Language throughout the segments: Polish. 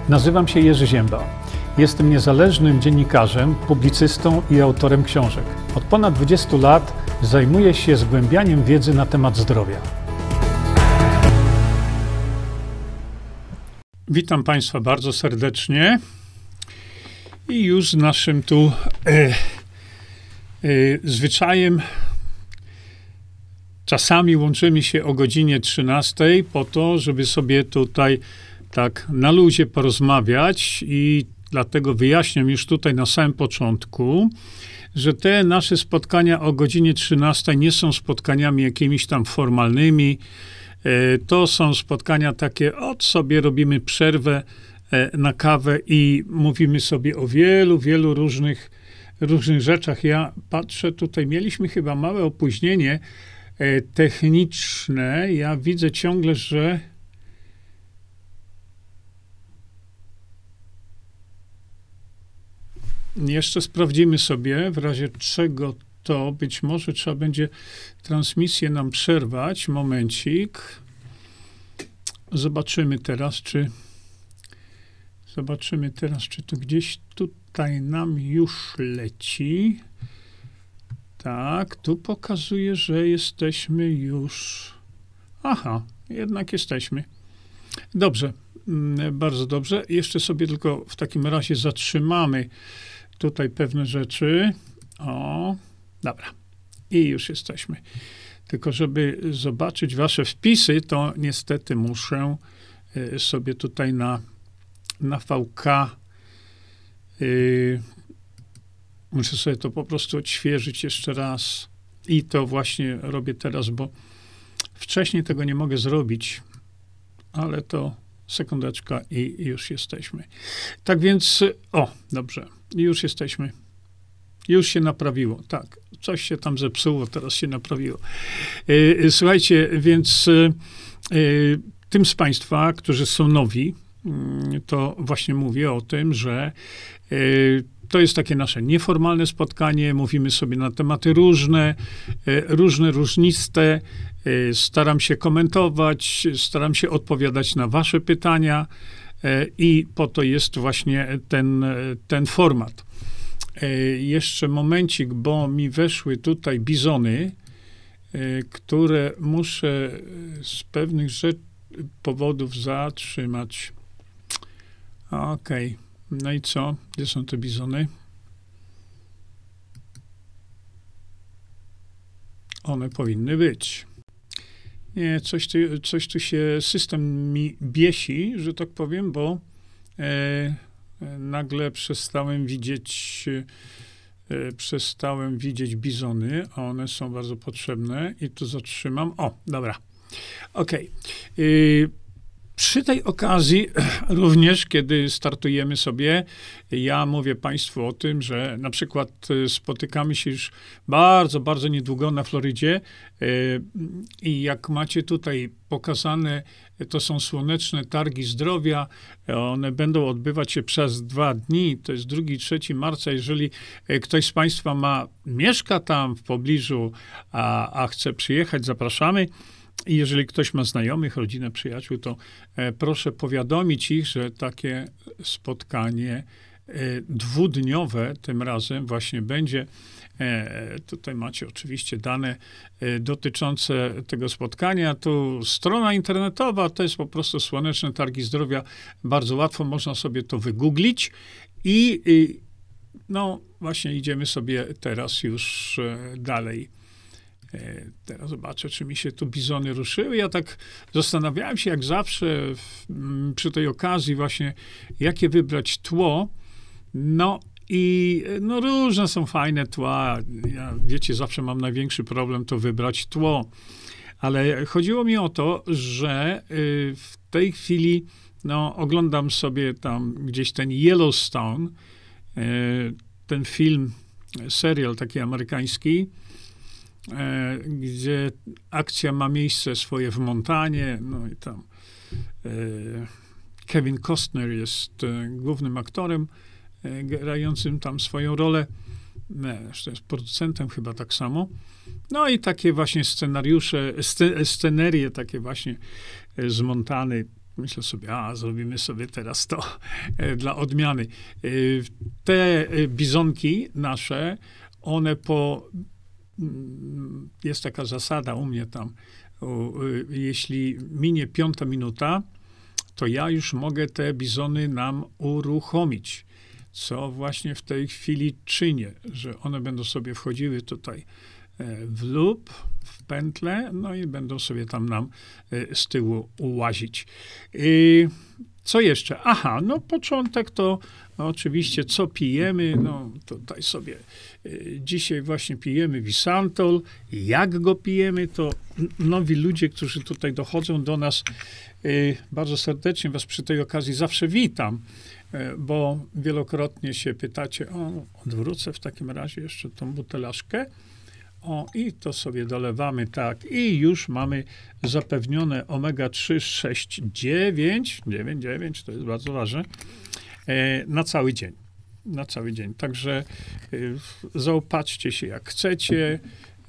Nazywam się Jerzy Ziemba. Jestem niezależnym dziennikarzem, publicystą i autorem książek. Od ponad 20 lat zajmuję się zgłębianiem wiedzy na temat zdrowia. Witam Państwa bardzo serdecznie i już z naszym tu zwyczajem czasami łączymy się o godzinie 13 po to, żeby sobie tutaj tak na luzie porozmawiać i dlatego wyjaśniam już tutaj na samym początku, że te nasze spotkania o godzinie 13 nie są spotkaniami jakimiś tam formalnymi. To są spotkania takie, sobie robimy przerwę na kawę i mówimy sobie o wielu różnych rzeczach. Ja patrzę, tutaj mieliśmy chyba małe opóźnienie techniczne. Ja widzę ciągle, że jeszcze sprawdzimy sobie, w razie czego to być może trzeba będzie transmisję nam przerwać. Momencik. Zobaczymy teraz, czy to gdzieś tutaj nam już leci. Tak, tu pokazuje, że jesteśmy już. Aha, jednak jesteśmy. Dobrze, bardzo dobrze. Jeszcze sobie tylko w takim razie zatrzymamy tutaj pewne rzeczy. Dobra. I już jesteśmy. Tylko żeby zobaczyć wasze wpisy, to niestety muszę sobie tutaj na VK muszę sobie to po prostu odświeżyć jeszcze raz. I to właśnie robię teraz, bo wcześniej tego nie mogę zrobić, ale to sekundeczka i już jesteśmy. Tak więc, dobrze, już jesteśmy. Już się naprawiło, tak. Coś się tam zepsuło, teraz się naprawiło. Słuchajcie, więc tym z Państwa, którzy są nowi, to właśnie mówię o tym, że to jest takie nasze nieformalne spotkanie, mówimy sobie na tematy różniste, staram się komentować, staram się odpowiadać na wasze pytania i po to jest właśnie ten format. Jeszcze momencik, bo mi weszły tutaj bizony, które muszę z pewnych powodów zatrzymać. Okej. No i co? Gdzie są te bizony? One powinny być. Nie, coś tu się, system mi biesi, że tak powiem, bo nagle przestałem widzieć bizony, a one są bardzo potrzebne i tu zatrzymam. Dobra. Okej. Przy tej okazji również, kiedy startujemy sobie, ja mówię Państwu o tym, że na przykład spotykamy się już bardzo niedługo na Florydzie i jak macie tutaj pokazane, to są słoneczne targi zdrowia, one będą odbywać się przez 2 dni, to jest 2-3 marca, jeżeli ktoś z Państwa mieszka tam w pobliżu, a chce przyjechać, zapraszamy. I jeżeli ktoś ma znajomych, rodzinę, przyjaciół, to proszę powiadomić ich, że takie spotkanie 2-dniowe tym razem właśnie będzie. Tutaj macie oczywiście dane dotyczące tego spotkania. Tu strona internetowa, to jest po prostu Słoneczne Targi Zdrowia. Bardzo łatwo można sobie to wygooglić i właśnie idziemy sobie teraz już dalej. Teraz zobaczę, czy mi się tu bizony ruszyły. Ja tak zastanawiałem się, jak zawsze przy tej okazji właśnie, jakie wybrać tło. Różne są fajne tła. Ja, wiecie, zawsze mam największy problem to wybrać tło. Ale chodziło mi o to, że w tej chwili oglądam sobie tam gdzieś ten Yellowstone, ten film, serial taki amerykański, gdzie akcja ma miejsce swoje w Montanie, i tam Kevin Costner jest głównym aktorem, grającym tam swoją rolę, zresztą jest producentem chyba tak samo. No i takie właśnie scenariusze, scenerie takie właśnie z Montany Myślę sobie, zrobimy sobie teraz to dla odmiany. Te bizonki nasze, one jest taka zasada u mnie tam, jeśli minie 5. minuta, to ja już mogę te bizony nam uruchomić, co właśnie w tej chwili czynię, że one będą sobie wchodziły tutaj w loop, w pętlę, no i będą sobie tam nam z tyłu łazić. Co jeszcze? Początek to oczywiście, co pijemy, tutaj sobie dzisiaj właśnie pijemy Wisantol. Jak go pijemy, to nowi ludzie, którzy tutaj dochodzą do nas, bardzo serdecznie was przy tej okazji zawsze witam, bo wielokrotnie się pytacie, odwrócę w takim razie jeszcze tą butelaszkę, i to sobie dolewamy, tak, i już mamy zapewnione omega-3, 6, 9, to jest bardzo ważne, na cały dzień. Na cały dzień. Także zaopatrzcie się jak chcecie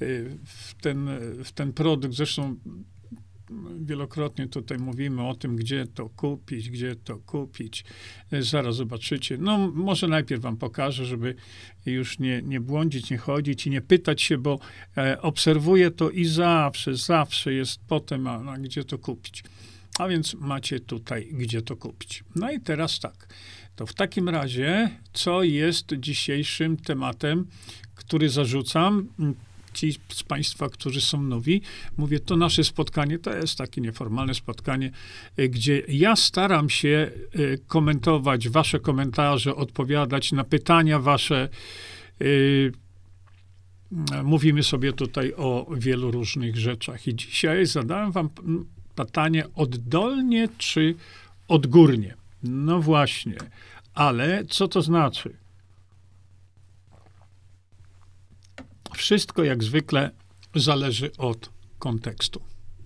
w ten produkt. Zresztą wielokrotnie tutaj mówimy o tym, gdzie to kupić. Zaraz zobaczycie. Może najpierw wam pokażę, żeby już nie błądzić, nie chodzić i nie pytać się, bo obserwuję to i zawsze jest potem, gdzie to kupić. A więc macie tutaj, gdzie to kupić. No i teraz tak. To w takim razie, co jest dzisiejszym tematem, który zarzucam? Ci z państwa, którzy są nowi, mówię, to nasze spotkanie, to jest takie nieformalne spotkanie, gdzie ja staram się komentować wasze komentarze, odpowiadać na pytania wasze. Mówimy sobie tutaj o wielu różnych rzeczach. I dzisiaj zadałem wam pytanie oddolnie czy odgórnie. No właśnie, ale co to znaczy? Wszystko jak zwykle zależy od kontekstu.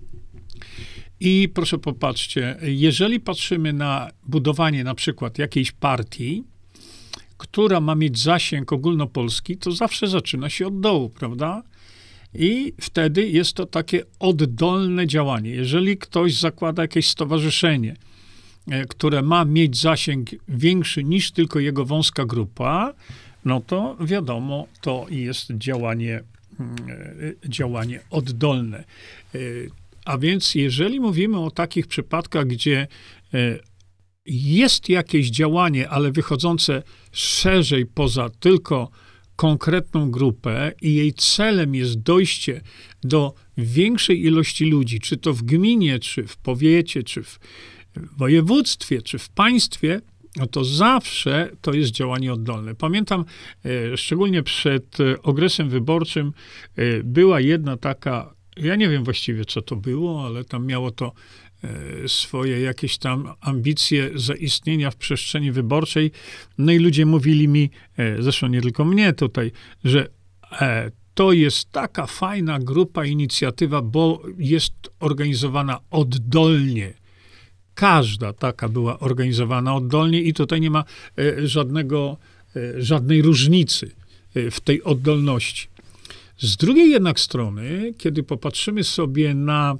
I proszę popatrzcie, jeżeli patrzymy na budowanie na przykład jakiejś partii, która ma mieć zasięg ogólnopolski, to zawsze zaczyna się od dołu, prawda? I wtedy jest to takie oddolne działanie. Jeżeli ktoś zakłada jakieś stowarzyszenie, które ma mieć zasięg większy niż tylko jego wąska grupa, no to wiadomo, to jest działanie oddolne. A więc jeżeli mówimy o takich przypadkach, gdzie jest jakieś działanie, ale wychodzące szerzej poza tylko konkretną grupę i jej celem jest dojście do większej ilości ludzi, czy to w gminie, czy w powiecie, czy w województwie, czy w państwie, no to zawsze to jest działanie oddolne. Pamiętam, szczególnie przed okresem wyborczym była jedna taka, ja nie wiem właściwie co to było, ale tam miało to swoje jakieś tam ambicje zaistnienia w przestrzeni wyborczej. No i ludzie mówili mi, zresztą nie tylko mnie tutaj, że to jest taka fajna grupa, inicjatywa, bo jest organizowana oddolnie. Każda taka była organizowana oddolnie i tutaj nie ma żadnej różnicy w tej oddolności. Z drugiej jednak strony, kiedy popatrzymy sobie na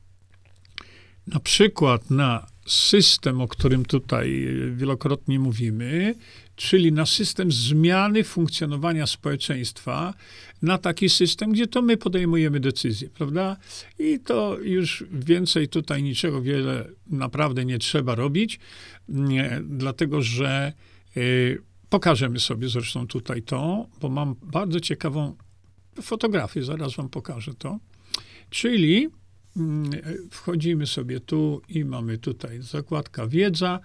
przykład na system, o którym tutaj wielokrotnie mówimy, czyli na system zmiany funkcjonowania społeczeństwa, na taki system, gdzie to my podejmujemy decyzje, prawda? I to już więcej tutaj niczego wiele naprawdę nie trzeba robić, dlatego że pokażemy sobie zresztą tutaj to, bo mam bardzo ciekawą fotografię, zaraz wam pokażę to. Czyli wchodzimy sobie tu i mamy tutaj zakładka wiedza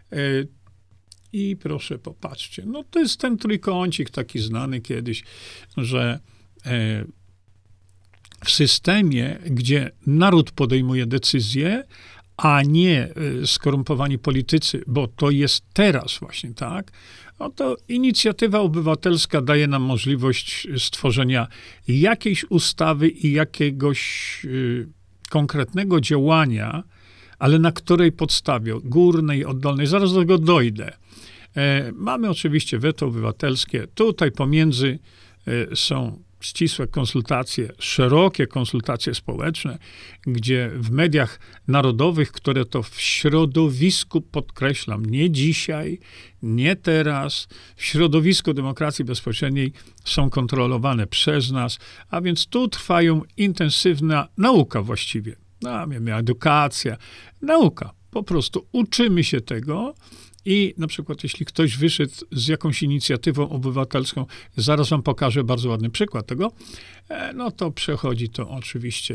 i proszę popatrzcie, no to jest ten trójkącik taki znany kiedyś, że w systemie, gdzie naród podejmuje decyzje, a nie skorumpowani politycy, bo to jest teraz właśnie, tak? No to inicjatywa obywatelska daje nam możliwość stworzenia jakiejś ustawy i jakiegoś konkretnego działania, ale na której podstawie? Górnej, oddolnej. Zaraz do tego dojdę. Mamy oczywiście weto obywatelskie. Tutaj pomiędzy są ścisłe konsultacje, szerokie konsultacje społeczne, gdzie w mediach narodowych, które to w środowisku, podkreślam, nie dzisiaj, nie teraz, w środowisku demokracji bezpośredniej są kontrolowane przez nas, a więc tu trwają intensywna nauka właściwie. Edukacja, nauka. Po prostu uczymy się tego i na przykład jeśli ktoś wyszedł z jakąś inicjatywą obywatelską, zaraz wam pokażę bardzo ładny przykład tego, no to przechodzi to oczywiście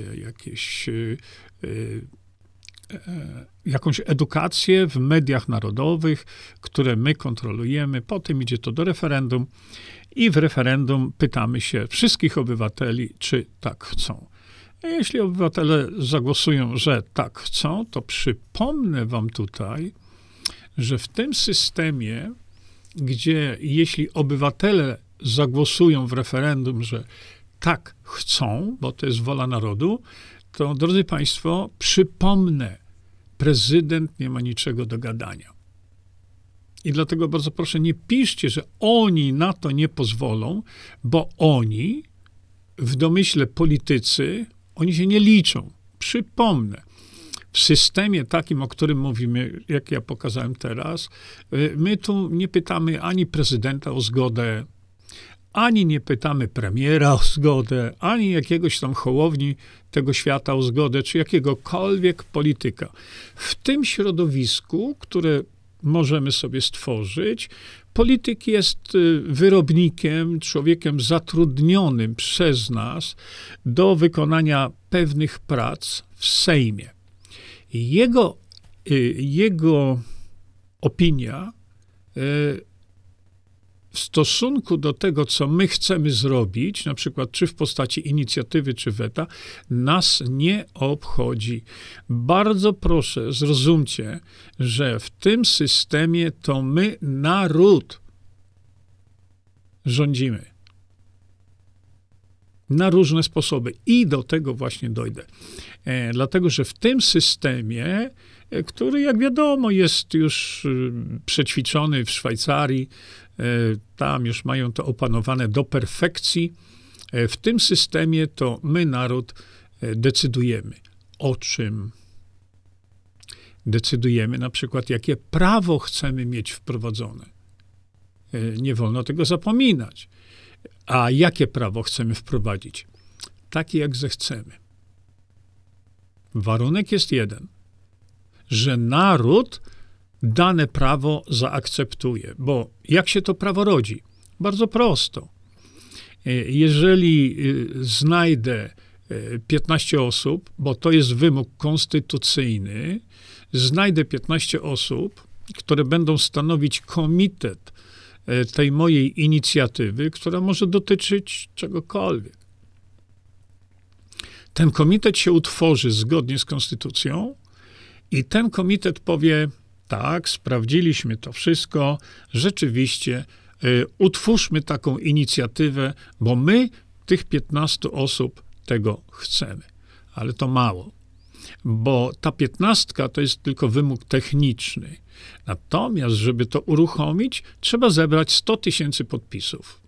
jakąś edukację w mediach narodowych, które my kontrolujemy, potem idzie to do referendum i w referendum pytamy się wszystkich obywateli, czy tak chcą. Jeśli obywatele zagłosują, że tak chcą, to przypomnę wam tutaj, że w tym systemie, gdzie jeśli obywatele zagłosują w referendum, że tak chcą, bo to jest wola narodu, to, drodzy państwo, przypomnę, prezydent nie ma niczego do gadania. I dlatego bardzo proszę, nie piszcie, że oni na to nie pozwolą, bo oni, w domyśle politycy, oni się nie liczą. Przypomnę, w systemie takim, o którym mówimy, jak ja pokazałem teraz, my tu nie pytamy ani prezydenta o zgodę, ani nie pytamy premiera o zgodę, ani jakiegoś tam Hołowni tego świata o zgodę, czy jakiegokolwiek polityka. W tym środowisku, które możemy sobie stworzyć, polityk jest wyrobnikiem, człowiekiem zatrudnionym przez nas do wykonania pewnych prac w Sejmie. Jego opinia w stosunku do tego, co my chcemy zrobić, na przykład czy w postaci inicjatywy, czy weta, nas nie obchodzi. Bardzo proszę, zrozumcie, że w tym systemie to my, naród, rządzimy. Na różne sposoby. I do tego właśnie dojdę. Dlatego, że w tym systemie, który, jak wiadomo, jest już przećwiczony w Szwajcarii, tam już mają to opanowane do perfekcji, w tym systemie to my, naród, decydujemy. O czym? Decydujemy na przykład, jakie prawo chcemy mieć wprowadzone. Nie wolno tego zapominać. A jakie prawo chcemy wprowadzić? Takie, jak zechcemy. Warunek jest jeden, że naród dane prawo zaakceptuje. Bo jak się to prawo rodzi? Bardzo prosto. Jeżeli znajdę 15 osób, bo to jest wymóg konstytucyjny, znajdę 15 osób, które będą stanowić komitet tej mojej inicjatywy, która może dotyczyć czegokolwiek. Ten komitet się utworzy zgodnie z konstytucją i ten komitet powie, tak, sprawdziliśmy to wszystko, rzeczywiście utwórzmy taką inicjatywę, bo my, tych 15 osób, tego chcemy. Ale to mało, bo ta 15 to jest tylko wymóg techniczny. Natomiast, żeby to uruchomić, trzeba zebrać 100 000 podpisów.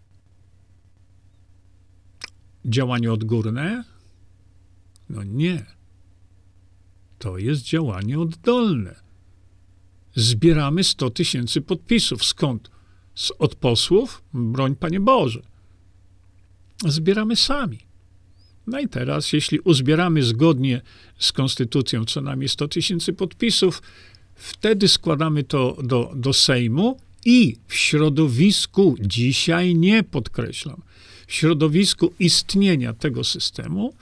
Działanie odgórne? No nie. To jest działanie oddolne. Zbieramy 100 000 podpisów. Skąd? Od posłów? Broń Panie Boże. Zbieramy sami. No i teraz, jeśli uzbieramy zgodnie z konstytucją co najmniej 100 000 podpisów, wtedy składamy to do Sejmu i w środowisku, dzisiaj nie podkreślam, w środowisku istnienia tego systemu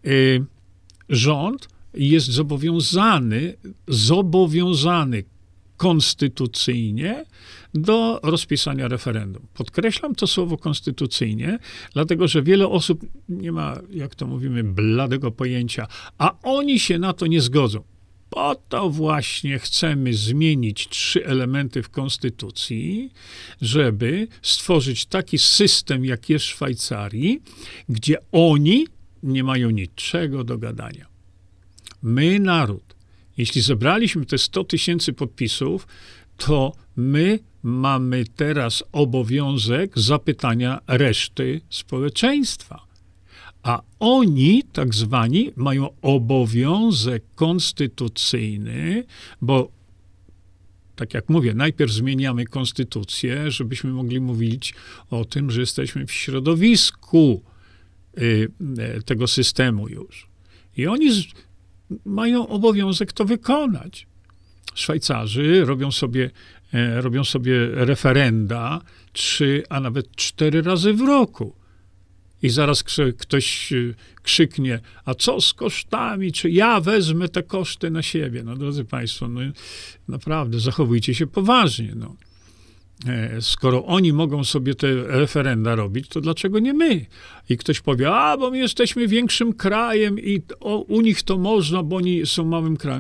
rząd jest zobowiązany konstytucyjnie do rozpisania referendum. Podkreślam to słowo konstytucyjnie, dlatego że wiele osób nie ma, jak to mówimy, bladego pojęcia, a oni się na to nie zgodzą. Po to właśnie chcemy zmienić 3 elementy w konstytucji, żeby stworzyć taki system, jak jest w Szwajcarii, gdzie oni nie mają niczego do gadania. My, naród, jeśli zebraliśmy te 100 000 podpisów, to my mamy teraz obowiązek zapytania reszty społeczeństwa. A oni, tak zwani, mają obowiązek konstytucyjny, bo tak jak mówię, najpierw zmieniamy konstytucję, żebyśmy mogli mówić o tym, że jesteśmy w środowisku tego systemu już. I oni mają obowiązek to wykonać. Szwajcarzy robią sobie referenda 3, a nawet 4 razy w roku. I zaraz ktoś krzyknie, a co z kosztami? Czy ja wezmę te koszty na siebie? No drodzy państwo, no naprawdę, zachowujcie się poważnie. No. Skoro oni mogą sobie te referenda robić, to dlaczego nie my? I ktoś powie, bo my jesteśmy większym krajem i u nich to można, bo oni są małym krajem.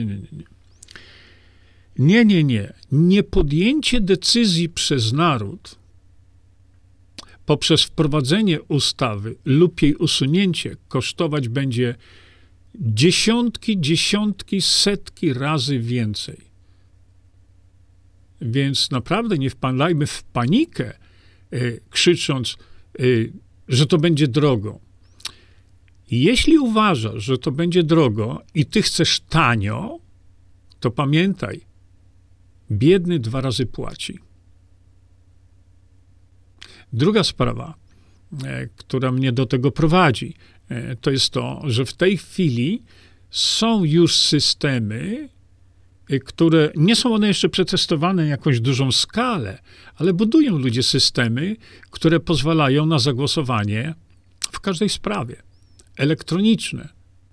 Nie. Nie podjęcie decyzji przez naród poprzez wprowadzenie ustawy lub jej usunięcie kosztować będzie dziesiątki, setki razy więcej. Więc naprawdę nie wpadajmy w panikę, krzycząc, że to będzie drogo. Jeśli uważasz, że to będzie drogo i ty chcesz tanio, to pamiętaj, biedny 2 razy płaci. Druga sprawa, która mnie do tego prowadzi, to jest to, że w tej chwili są już systemy, które nie są one jeszcze przetestowane na jakąś dużą skalę, ale budują ludzie systemy, które pozwalają na zagłosowanie w każdej sprawie. Elektroniczne.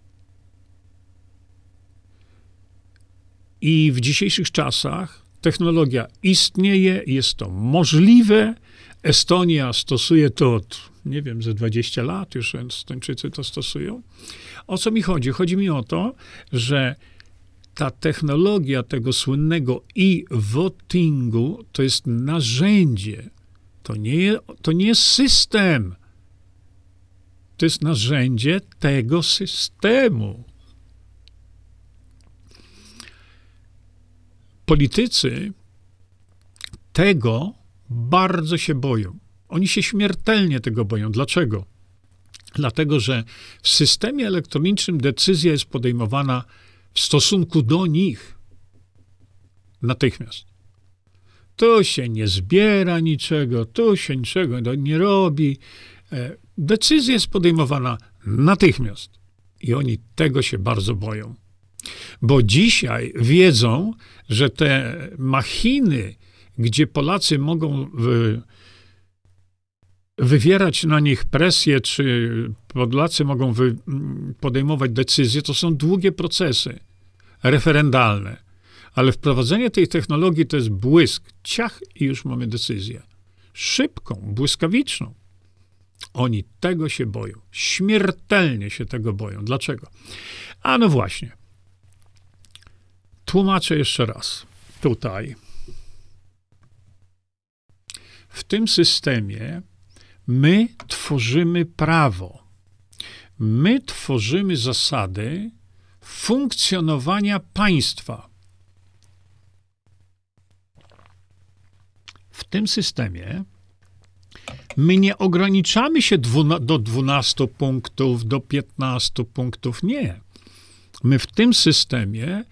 I w dzisiejszych czasach technologia istnieje, jest to możliwe. Estonia stosuje to od, nie wiem, ze 20 lat już Estończycy to stosują. O co mi chodzi? Chodzi mi o to, że ta technologia tego słynnego e-votingu to jest narzędzie. To nie jest system. To jest narzędzie tego systemu. Politycy tego bardzo się boją. Oni się śmiertelnie tego boją. Dlaczego? Dlatego, że w systemie elektronicznym decyzja jest podejmowana w stosunku do nich natychmiast. Tu się nie zbiera niczego, tu się niczego nie robi. Decyzja jest podejmowana natychmiast. I oni tego się bardzo boją. Bo dzisiaj wiedzą, że te machiny, gdzie Polacy mogą wywierać na nich presję, czy Polacy mogą podejmować decyzje, to są długie procesy referendalne. Ale wprowadzenie tej technologii to jest błysk, ciach i już mamy decyzję. Szybką, błyskawiczną. Oni tego się boją. Śmiertelnie się tego boją. Dlaczego? A no właśnie. Tłumaczę jeszcze raz. Tutaj. W tym systemie my tworzymy prawo. My tworzymy zasady funkcjonowania państwa. W tym systemie my nie ograniczamy się do 12 punktów, do 15 punktów. Nie. My w tym systemie,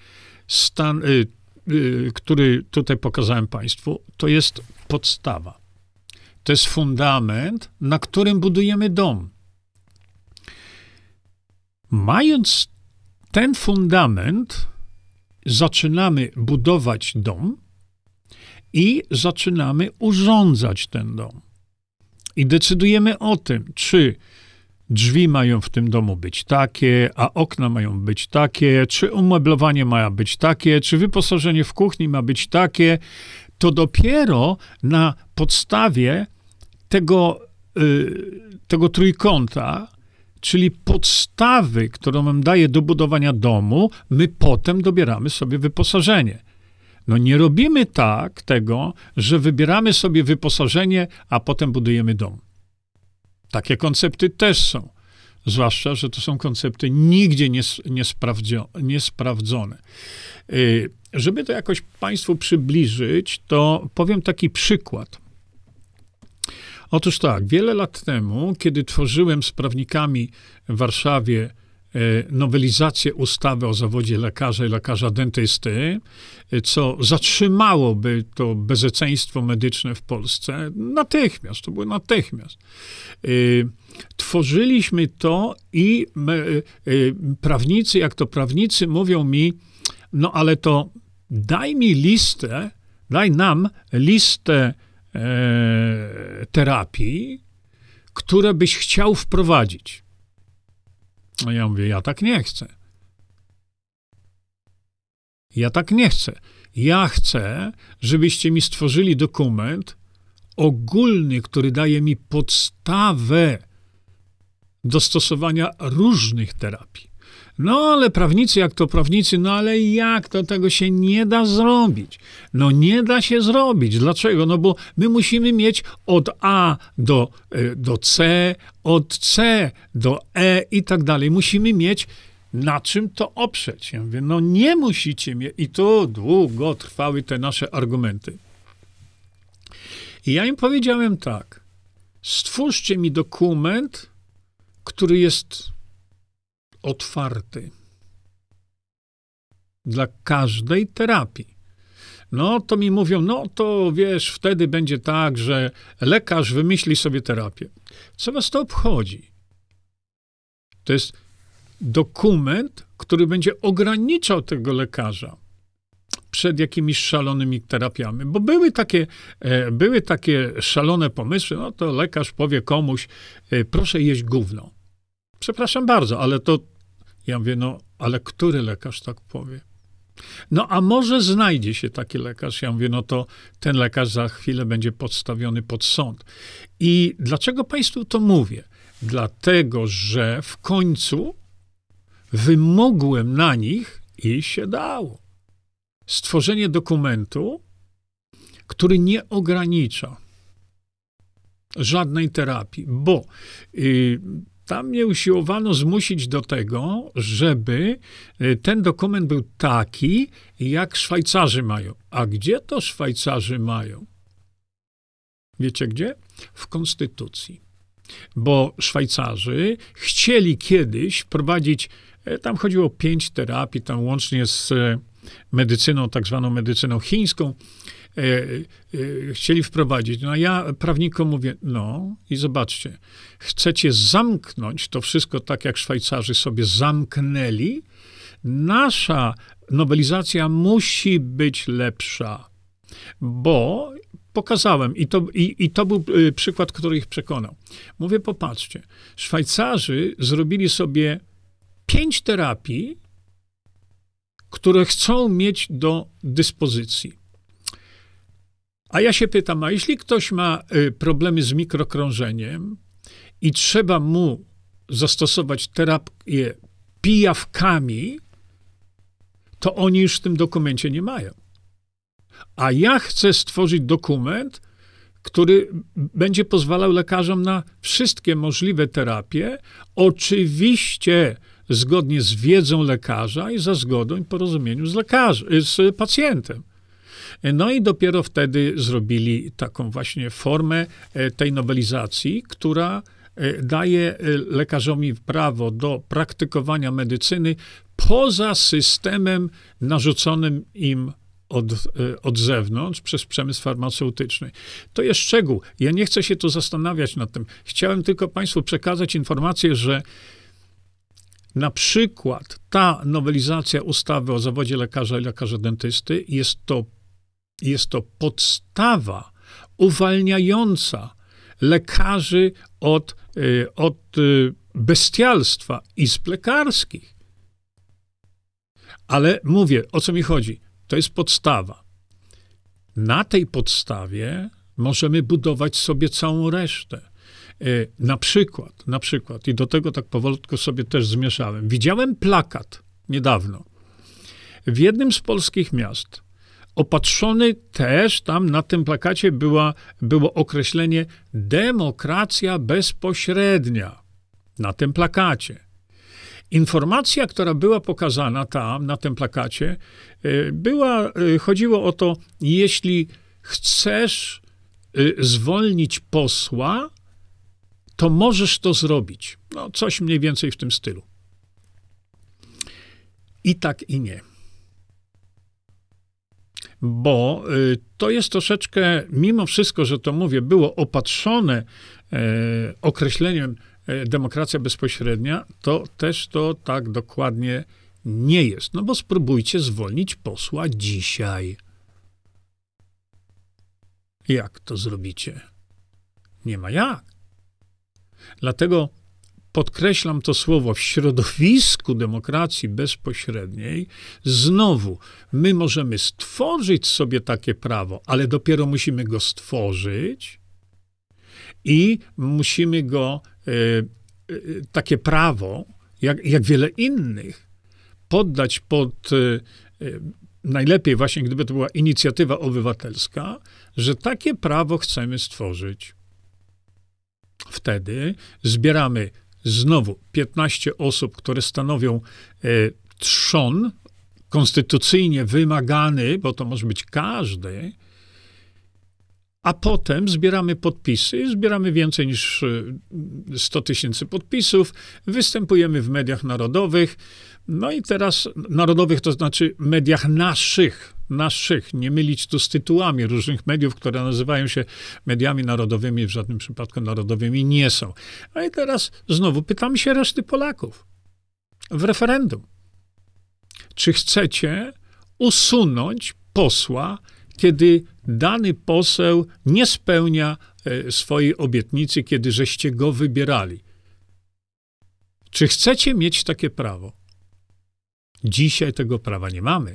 który tutaj pokazałem państwu, to jest podstawa. To jest fundament, na którym budujemy dom. Mając ten fundament, zaczynamy budować dom i zaczynamy urządzać ten dom. I decydujemy o tym, czy drzwi mają w tym domu być takie, a okna mają być takie, czy umeblowanie ma być takie, czy wyposażenie w kuchni ma być takie. To dopiero na podstawie tego trójkąta, czyli podstawy, którą nam daje do budowania domu, my potem dobieramy sobie wyposażenie. No nie robimy tego, że wybieramy sobie wyposażenie, a potem budujemy dom. Takie koncepty też są. Zwłaszcza, że to są koncepty nigdzie niesprawdzone. Żeby to jakoś Państwu przybliżyć, to powiem taki przykład. Otóż tak, wiele lat temu, kiedy tworzyłem z prawnikami w Warszawie nowelizację ustawy o zawodzie lekarza i lekarza dentysty, co zatrzymałoby to bezeceństwo medyczne w Polsce natychmiast, to było natychmiast. Tworzyliśmy to i prawnicy, jak to prawnicy mówią mi, no ale to daj nam listę terapii, które byś chciał wprowadzić. No ja mówię, ja tak nie chcę. Ja tak nie chcę. Ja chcę, żebyście mi stworzyli dokument ogólny, który daje mi podstawę do stosowania różnych terapii. No ale prawnicy, jak to prawnicy, no ale jak to tego się nie da zrobić? No nie da się zrobić. Dlaczego? No bo my musimy mieć od A do C, od C do E i tak dalej. Musimy mieć na czym to oprzeć. Ja mówię, no nie musicie mieć. I to długo trwały te nasze argumenty. I ja im powiedziałem tak, stwórzcie mi dokument, który jest otwarty dla każdej terapii. No to mi mówią, no to wiesz, wtedy będzie tak, że lekarz wymyśli sobie terapię. Co was to obchodzi? To jest dokument, który będzie ograniczał tego lekarza przed jakimiś szalonymi terapiami, bo były takie szalone pomysły, no to lekarz powie komuś, proszę jeść gówno. Przepraszam bardzo, ale to, ja mówię, no, ale który lekarz tak powie? No, a może znajdzie się taki lekarz? Ja mówię, no to ten lekarz za chwilę będzie podstawiony pod sąd. I dlaczego Państwu to mówię? Dlatego, że w końcu wymogłem na nich i się dało. Stworzenie dokumentu, który nie ogranicza żadnej terapii, bo tam mnie usiłowano zmusić do tego, żeby ten dokument był taki, jak Szwajcarzy mają. A gdzie to Szwajcarzy mają? Wiecie gdzie? W Konstytucji. Bo Szwajcarzy chcieli kiedyś wprowadzić, tam chodziło o 5 terapii, tam łącznie z medycyną, tak zwaną medycyną chińską, chcieli wprowadzić. No a ja prawnikom mówię, no i zobaczcie, chcecie zamknąć to wszystko tak, jak Szwajcarzy sobie zamknęli? Nasza nowelizacja musi być lepsza, bo pokazałem, i to był przykład, który ich przekonał. Mówię, popatrzcie, Szwajcarzy zrobili sobie 5 terapii, które chcą mieć do dyspozycji. A ja się pytam, a jeśli ktoś ma problemy z mikrokrążeniem i trzeba mu zastosować terapię pijawkami, to oni już w tym dokumencie nie mają. A ja chcę stworzyć dokument, który będzie pozwalał lekarzom na wszystkie możliwe terapie, oczywiście zgodnie z wiedzą lekarza i za zgodą i porozumieniu z pacjentem. No i dopiero wtedy zrobili taką właśnie formę tej nowelizacji, która daje lekarzowi prawo do praktykowania medycyny poza systemem narzuconym im od zewnątrz przez przemysł farmaceutyczny. To jest szczegół. Ja nie chcę się tu zastanawiać nad tym. Chciałem tylko Państwu przekazać informację, że na przykład ta nowelizacja ustawy o zawodzie lekarza i lekarza dentysty jest to podstawa uwalniająca lekarzy od bestialstwa izb lekarskich. Ale mówię, o co mi chodzi? To jest podstawa. Na tej podstawie możemy budować sobie całą resztę. Na przykład, i do tego tak powolutku sobie też zmieszałem. Widziałem plakat niedawno w jednym z polskich miast. Opatrzony też tam na tym plakacie było określenie demokracja bezpośrednia. Na tym plakacie. informacja, która była pokazana tam, na tym plakacie, chodziło o to, jeśli chcesz zwolnić posła, to możesz to zrobić. No, coś mniej więcej w tym stylu. I tak, i nie. Bo to jest troszeczkę, mimo wszystko, że to mówię, było opatrzone określeniem demokracja bezpośrednia, to też to tak dokładnie nie jest. No bo spróbujcie zwolnić posła dzisiaj. Jak to zrobicie? Nie ma jak. Dlatego podkreślam to słowo, w środowisku demokracji bezpośredniej, znowu, my możemy stworzyć sobie takie prawo, ale dopiero musimy go stworzyć i musimy go, takie prawo, jak wiele innych, poddać pod, najlepiej właśnie, gdyby to była inicjatywa obywatelska, że takie prawo chcemy stworzyć. Wtedy zbieramy znowu 15 osób, które stanowią trzon konstytucyjnie wymagany, bo to może być każdy, a potem zbieramy podpisy, zbieramy więcej niż 100 000 podpisów, występujemy w mediach narodowych, no i teraz narodowych to znaczy mediach naszych, nie mylić tu z tytułami różnych mediów, które nazywają się mediami narodowymi, w żadnym przypadku narodowymi nie są. No i teraz znowu pytam się reszty Polaków w referendum. Czy chcecie usunąć posła, kiedy dany poseł nie spełnia swojej obietnicy, kiedy żeście go wybierali? Czy chcecie mieć takie prawo? Dzisiaj tego prawa nie mamy.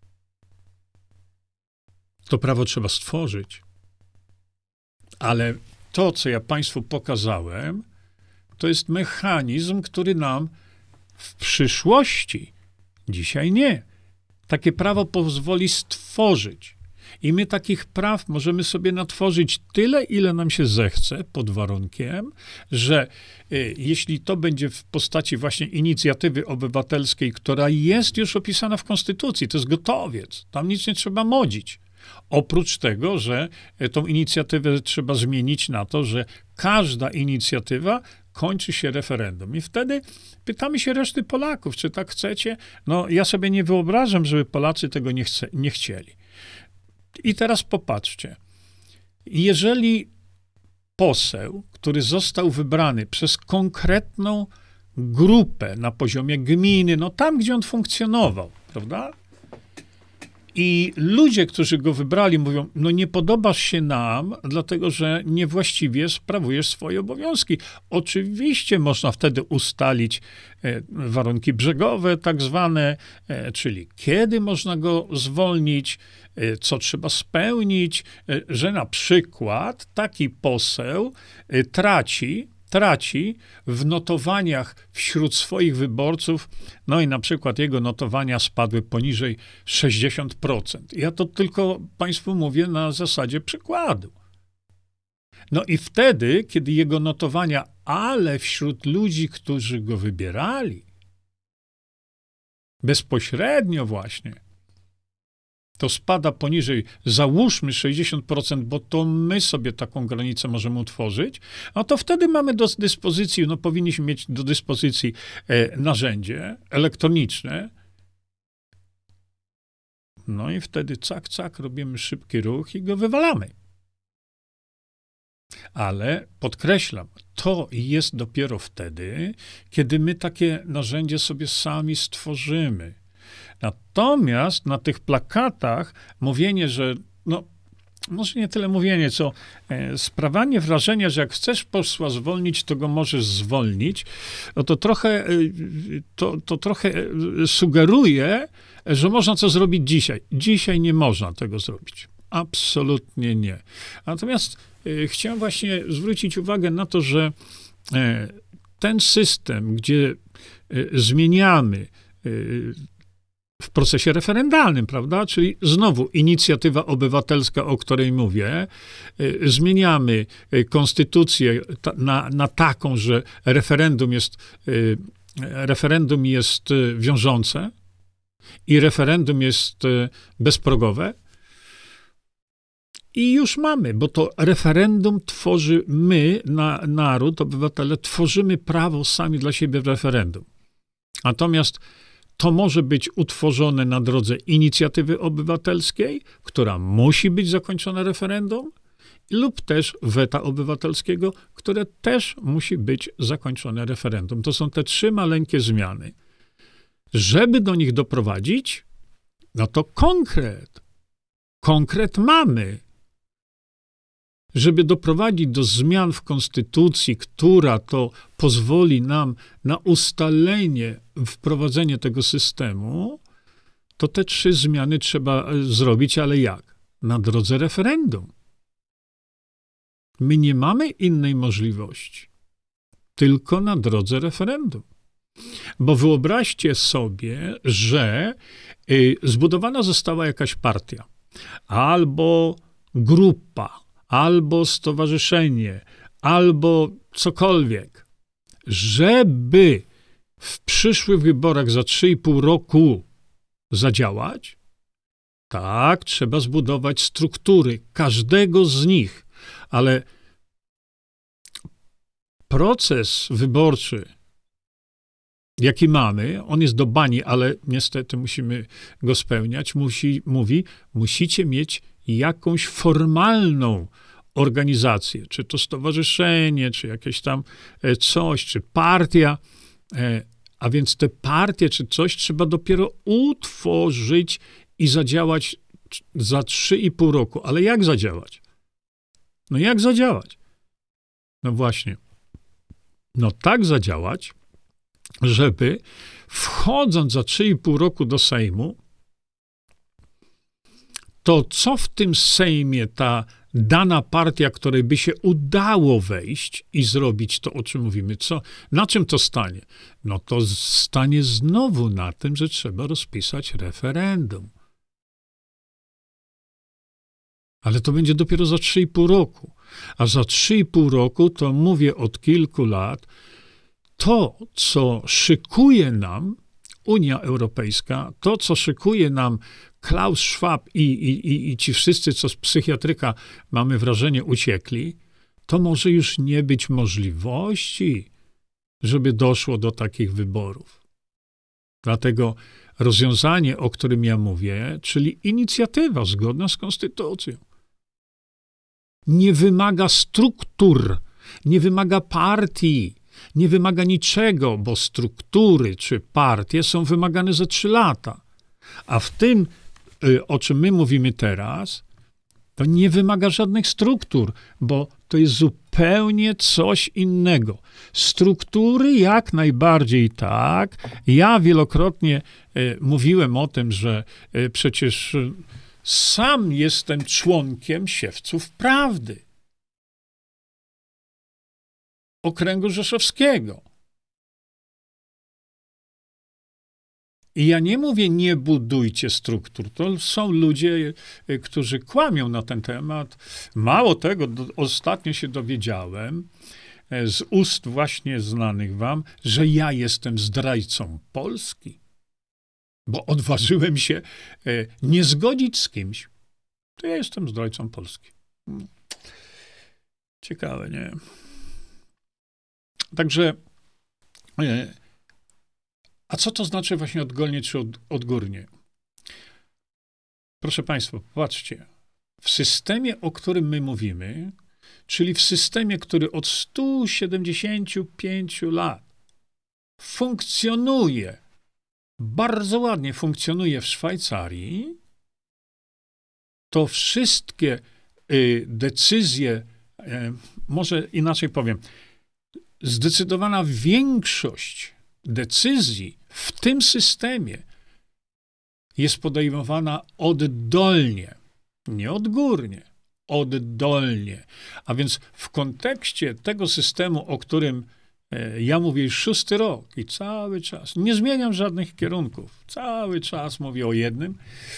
To prawo trzeba stworzyć. Ale to, co ja Państwu pokazałem, to jest mechanizm, który nam w przyszłości, dzisiaj nie, takie prawo pozwoli stworzyć. I my takich praw możemy sobie natworzyć tyle, ile nam się zechce, pod warunkiem, że jeśli to będzie w postaci właśnie inicjatywy obywatelskiej, która jest już opisana w Konstytucji, to jest gotowiec, tam nic nie trzeba modzić. Oprócz tego, że tą inicjatywę trzeba zmienić na to, że każda inicjatywa kończy się referendum. I wtedy pytamy się reszty Polaków, czy tak chcecie? No, ja sobie nie wyobrażam, żeby Polacy tego nie chcieli. I teraz popatrzcie. Jeżeli poseł, który został wybrany przez konkretną grupę na poziomie gminy, no tam, gdzie on funkcjonował, prawda? I ludzie, którzy go wybrali, mówią, no nie podobasz się nam, dlatego że niewłaściwie sprawujesz swoje obowiązki. Oczywiście można wtedy ustalić warunki brzegowe, tak zwane, czyli kiedy można go zwolnić, co trzeba spełnić, że na przykład taki poseł traci w notowaniach wśród swoich wyborców, no i na przykład jego notowania spadły poniżej 60%. Ja to tylko Państwu mówię na zasadzie przykładu. No i wtedy, kiedy jego notowania, ale wśród ludzi, którzy go wybierali, bezpośrednio właśnie, to spada poniżej, załóżmy 60%, bo to my sobie taką granicę możemy utworzyć, no to wtedy mamy do dyspozycji, no powinniśmy mieć do dyspozycji narzędzie elektroniczne, no i wtedy cak, robimy szybki ruch i go wywalamy. Ale podkreślam, to jest dopiero wtedy, kiedy my takie narzędzie sobie sami stworzymy. Natomiast na tych plakatach mówienie, że no, może nie tyle mówienie, co sprawianie wrażenia, że jak chcesz posła zwolnić, to go możesz zwolnić, no to trochę sugeruje, że można to zrobić dzisiaj. Dzisiaj nie można tego zrobić. Absolutnie nie. Natomiast chciałem właśnie zwrócić uwagę na to, że ten system, gdzie zmieniamy w procesie referendalnym, prawda? Czyli znowu inicjatywa obywatelska, o której mówię, zmieniamy konstytucję na taką, że referendum jest referendum jest wiążące i referendum jest bezprogowe. I już mamy, bo to referendum tworzy my, naród, obywatele, tworzymy prawo sami dla siebie w referendum. Natomiast to może być utworzone na drodze inicjatywy obywatelskiej, która musi być zakończona referendum, lub też weta obywatelskiego, które też musi być zakończone referendum. To są te 3 maleńkie zmiany. Żeby do nich doprowadzić, no to konkret. Konkret mamy. Żeby doprowadzić do zmian w konstytucji, która to pozwoli nam na ustalenie, wprowadzenie tego systemu, to te 3 zmiany trzeba zrobić, ale jak? Na drodze referendum. My nie mamy innej możliwości, tylko na drodze referendum. Bo wyobraźcie sobie, że zbudowana została jakaś partia, albo grupa, albo stowarzyszenie, albo cokolwiek, żeby w przyszłych wyborach za 3,5 roku zadziałać, tak, trzeba zbudować struktury każdego z nich, ale proces wyborczy, jaki mamy, on jest do bani, ale niestety musimy go spełniać, musicie mieć jakąś formalną organizację, czy to stowarzyszenie, czy jakieś tam coś, czy partia, a więc te partie, czy coś trzeba dopiero utworzyć i zadziałać za 3,5 roku. Ale jak zadziałać? No jak zadziałać? No właśnie. No tak zadziałać, żeby wchodząc za 3,5 roku do Sejmu, to co w tym Sejmie ta dana partia, której by się udało wejść i zrobić to, o czym mówimy, na czym to stanie? No to stanie znowu na tym, że trzeba rozpisać referendum. Ale to będzie dopiero za 3,5 roku. A za 3,5 roku, to mówię od kilku lat, to, co szykuje nam Unia Europejska, to, co szykuje nam Klaus Schwab i ci wszyscy, co z psychiatryka, mamy wrażenie, uciekli, to może już nie być możliwości, żeby doszło do takich wyborów. Dlatego rozwiązanie, o którym ja mówię, czyli inicjatywa zgodna z konstytucją, nie wymaga struktur, nie wymaga partii, nie wymaga niczego, bo struktury czy partie są wymagane za 3 lata. A w tym, o czym my mówimy teraz, to nie wymaga żadnych struktur, bo to jest zupełnie coś innego. Struktury jak najbardziej tak. Ja wielokrotnie mówiłem o tym, że przecież sam jestem członkiem Siewców Prawdy, Okręgu Rzeszowskiego. I ja nie mówię, nie budujcie struktur. To są ludzie, którzy kłamią na ten temat. Mało tego, ostatnio się dowiedziałem z ust właśnie znanych wam, że ja jestem zdrajcą Polski, bo odważyłem się nie zgodzić z kimś. To ja jestem zdrajcą Polski. Ciekawe, nie? Także, a co to znaczy właśnie odgolnie czy odgórnie? Proszę Państwa, popatrzcie. W systemie, o którym my mówimy, czyli w systemie, który od 175 lat funkcjonuje, bardzo ładnie funkcjonuje w Szwajcarii, to wszystkie decyzje, może inaczej powiem, zdecydowana większość decyzji w tym systemie jest podejmowana oddolnie, nie odgórnie, oddolnie. A więc w kontekście tego systemu, o którym ja mówię już 6. rok i cały czas, nie zmieniam żadnych kierunków, cały czas mówię o jednym,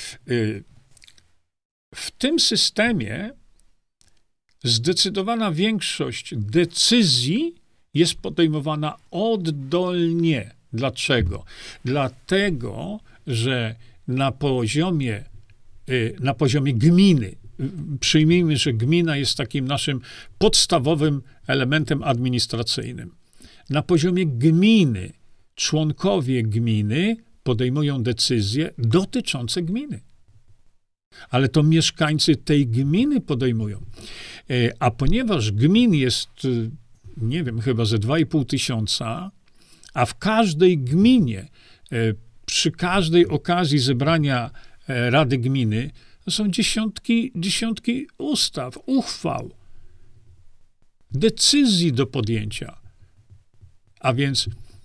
w tym systemie zdecydowana większość decyzji jest podejmowana oddolnie. Dlaczego? Dlatego, że na poziomie gminy, przyjmijmy, że gmina jest takim naszym podstawowym elementem administracyjnym. Na poziomie gminy członkowie gminy podejmują decyzje dotyczące gminy. Ale to mieszkańcy tej gminy podejmują. A ponieważ gmin jest, nie wiem, chyba ze 2,5 tysiąca, a w każdej gminie, przy każdej okazji zebrania Rady Gminy, to są dziesiątki ustaw, uchwał, decyzji do podjęcia. A więc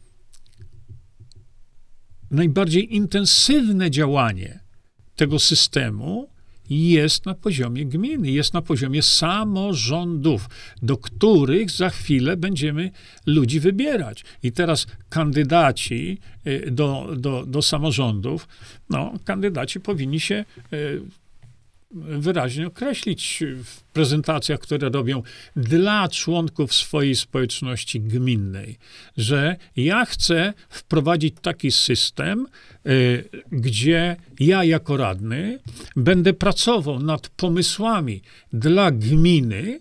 najbardziej intensywne działanie tego systemu jest na poziomie gminy, jest na poziomie samorządów, do których za chwilę będziemy ludzi wybierać. I teraz kandydaci do samorządów, kandydaci powinni się wyraźnie określić w prezentacjach, które robią dla członków swojej społeczności gminnej, że ja chcę wprowadzić taki system, gdzie ja jako radny będę pracował nad pomysłami dla gminy,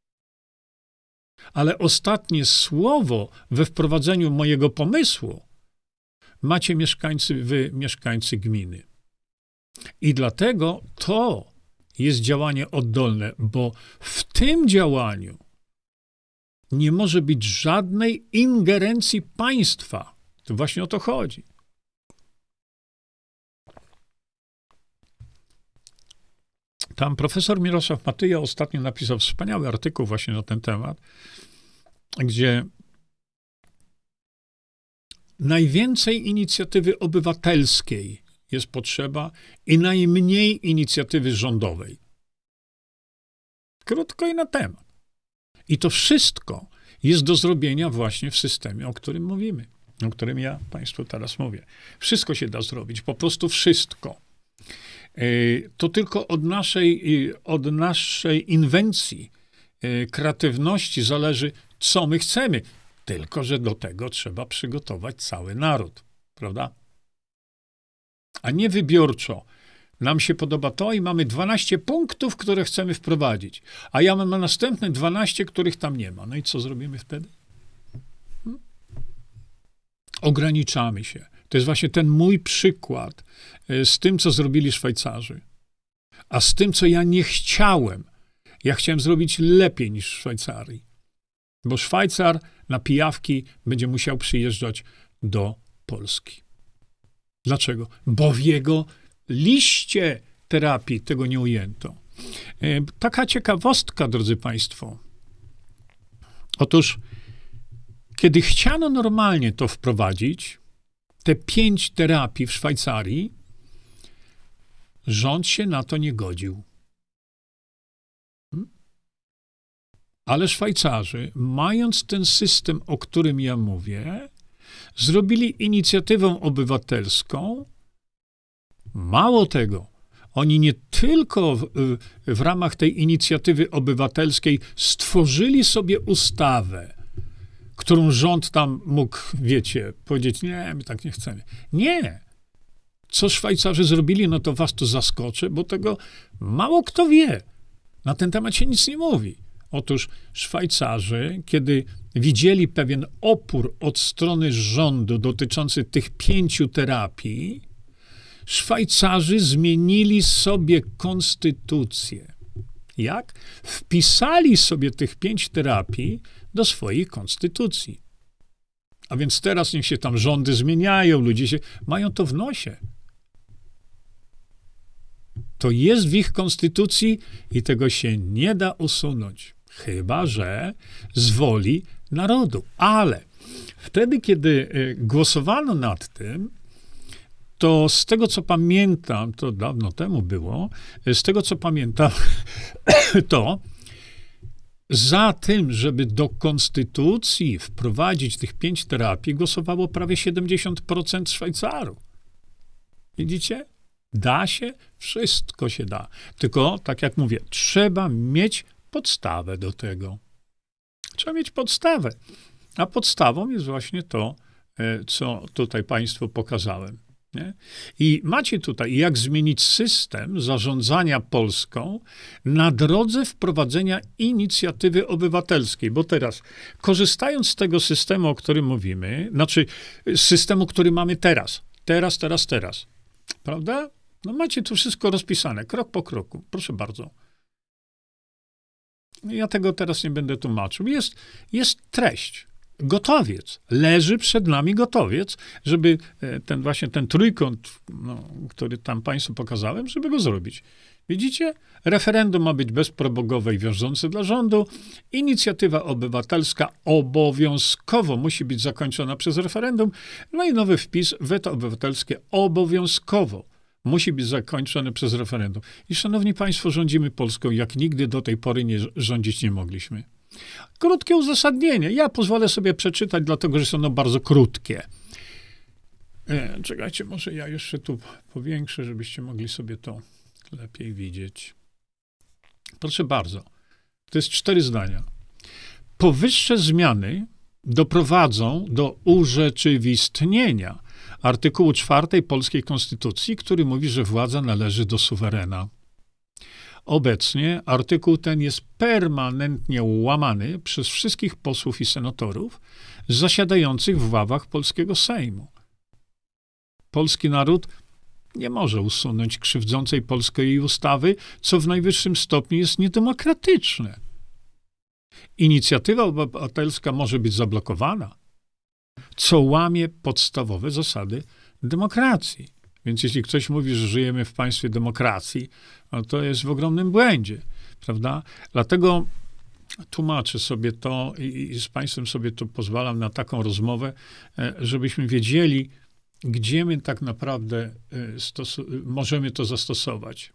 ale ostatnie słowo we wprowadzeniu mojego pomysłu macie mieszkańcy gminy. I dlatego to jest działanie oddolne, bo w tym działaniu nie może być żadnej ingerencji państwa. To właśnie o to chodzi. Tam profesor Mirosław Matyja ostatnio napisał wspaniały artykuł właśnie na ten temat, gdzie najwięcej inicjatywy obywatelskiej jest potrzeba i najmniej inicjatywy rządowej. Krótko i na temat. I to wszystko jest do zrobienia właśnie w systemie, o którym mówimy, o którym ja państwu teraz mówię. Wszystko się da zrobić, po prostu wszystko. To tylko od naszej inwencji, kreatywności zależy, co my chcemy. Tylko że do tego trzeba przygotować cały naród, prawda? A nie wybiorczo. Nam się podoba to i mamy 12 punktów, które chcemy wprowadzić. A ja mam następne 12, których tam nie ma. No i co zrobimy wtedy? Ograniczamy się. To jest właśnie ten mój przykład z tym, co zrobili Szwajcarzy. A z tym, co ja nie chciałem. Ja chciałem zrobić lepiej niż w Szwajcarii. Bo Szwajcar na pijawki będzie musiał przyjeżdżać do Polski. Dlaczego? Bo w jego liście terapii tego nie ujęto. Taka ciekawostka, drodzy państwo. Otóż, kiedy chciano normalnie to wprowadzić, te 5 terapii w Szwajcarii, rząd się na to nie godził. Ale Szwajcarzy, mając ten system, o którym ja mówię, zrobili inicjatywę obywatelską. Mało tego, oni nie tylko w ramach tej inicjatywy obywatelskiej stworzyli sobie ustawę, którą rząd tam mógł, wiecie, powiedzieć, nie, my tak nie chcemy. Nie. Co Szwajcarzy zrobili, no to was to zaskoczy, bo tego mało kto wie. Na ten temat się nic nie mówi. Otóż Szwajcarzy, kiedy widzieli pewien opór od strony rządu dotyczący tych 5 terapii, Szwajcarzy zmienili sobie konstytucję. Jak? Wpisali sobie tych 5 terapii do swojej konstytucji. A więc teraz niech się tam rządy zmieniają, ludzie mają to w nosie. To jest w ich konstytucji i tego się nie da usunąć. Chyba że z woli narodu. Ale wtedy, kiedy głosowano nad tym, to z tego, co pamiętam, to dawno temu było, z tego, co pamiętam, to za tym, żeby do konstytucji wprowadzić tych 5 terapii, głosowało prawie 70% Szwajcarów. Widzicie? Da się, wszystko się da. Tylko, tak jak mówię, trzeba mieć podstawę do tego. Trzeba mieć podstawę. A podstawą jest właśnie to, co tutaj Państwu pokazałem. Nie? I macie tutaj, jak zmienić system zarządzania Polską na drodze wprowadzenia inicjatywy obywatelskiej. Bo teraz, korzystając z tego systemu, o którym mówimy, znaczy z systemu, który mamy teraz, prawda? No macie tu wszystko rozpisane, krok po kroku. Proszę bardzo. Ja tego teraz nie będę tłumaczył. Jest treść. Gotowiec. Leży przed nami gotowiec, żeby ten trójkąt, który tam Państwu pokazałem, żeby go zrobić. Widzicie? Referendum ma być bezprogowe i wiążące dla rządu. Inicjatywa obywatelska obowiązkowo musi być zakończona przez referendum. No i nowy wpis, weto obywatelskie obowiązkowo musi być zakończone przez referendum. I szanowni Państwo, rządzimy Polską, jak nigdy do tej pory rządzić nie mogliśmy. Krótkie uzasadnienie. Ja pozwolę sobie przeczytać, dlatego że są ono bardzo krótkie. Czekajcie, może ja jeszcze tu powiększę, żebyście mogli sobie to lepiej widzieć. Proszę bardzo. To jest 4 zdania. Powyższe zmiany doprowadzą do urzeczywistnienia artykułu 4 polskiej konstytucji, który mówi, że władza należy do suwerena. Obecnie artykuł ten jest permanentnie łamany przez wszystkich posłów i senatorów zasiadających w ławach polskiego Sejmu. Polski naród nie może usunąć krzywdzącej Polskę jej ustawy, co w najwyższym stopniu jest niedemokratyczne. Inicjatywa obywatelska może być zablokowana, co łamie podstawowe zasady demokracji. Więc jeśli ktoś mówi, że żyjemy w państwie demokracji, no to jest w ogromnym błędzie, prawda? Dlatego tłumaczę sobie to i z Państwem sobie tu pozwalam na taką rozmowę, żebyśmy wiedzieli, gdzie my tak naprawdę możemy to zastosować.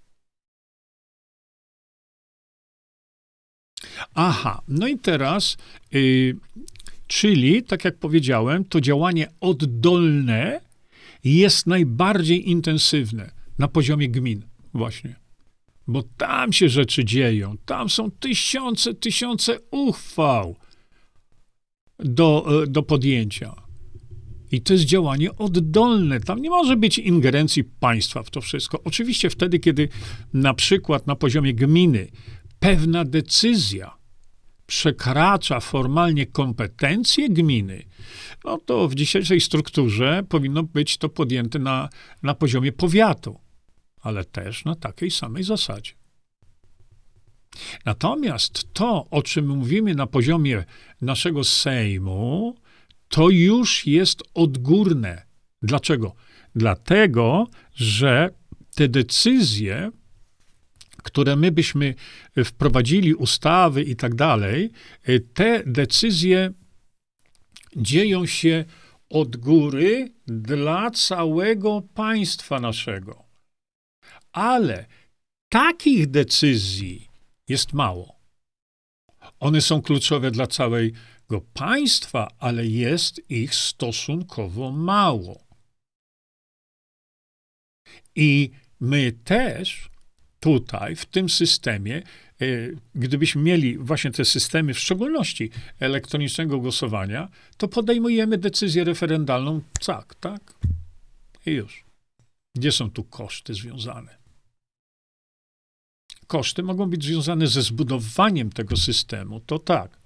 Aha, no i teraz, czyli, tak jak powiedziałem, to działanie oddolne jest najbardziej intensywne na poziomie gmin właśnie. Bo tam się rzeczy dzieją. Tam są tysiące uchwał do podjęcia. I to jest działanie oddolne. Tam nie może być ingerencji państwa w to wszystko. Oczywiście wtedy, kiedy na przykład na poziomie gminy pewna decyzja przekracza formalnie kompetencje gminy, no to w dzisiejszej strukturze powinno być to podjęte na poziomie powiatu, ale też na takiej samej zasadzie. Natomiast to, o czym mówimy na poziomie naszego Sejmu, to już jest odgórne. Dlaczego? Dlatego, że te decyzje, które my byśmy wprowadzili, ustawy i tak dalej, te decyzje dzieją się od góry dla całego państwa naszego. Ale takich decyzji jest mało. One są kluczowe dla całego państwa, ale jest ich stosunkowo mało. I my też tutaj, w tym systemie, gdybyśmy mieli właśnie te systemy, w szczególności elektronicznego głosowania, to podejmujemy decyzję referendalną, tak, i już. Gdzie są tu koszty związane? Koszty mogą być związane ze zbudowaniem tego systemu, to tak.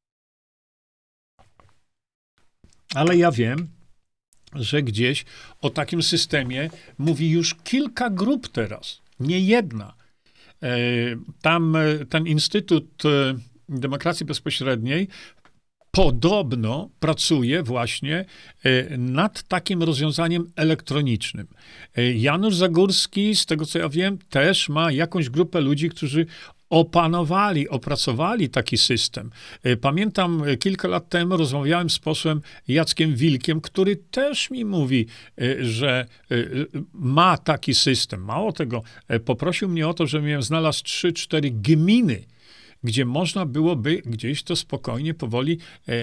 Ale ja wiem, że gdzieś o takim systemie mówi już kilka grup teraz, nie jedna. Tam ten Instytut Demokracji Bezpośredniej podobno pracuje właśnie nad takim rozwiązaniem elektronicznym. Janusz Zagórski, z tego co ja wiem, też ma jakąś grupę ludzi, którzy opracowali taki system. Pamiętam, kilka lat temu rozmawiałem z posłem Jackiem Wilkiem, który też mi mówi, że ma taki system. Mało tego, poprosił mnie o to, żebym znalazł 3-4 gminy, gdzie można byłoby gdzieś to spokojnie, powoli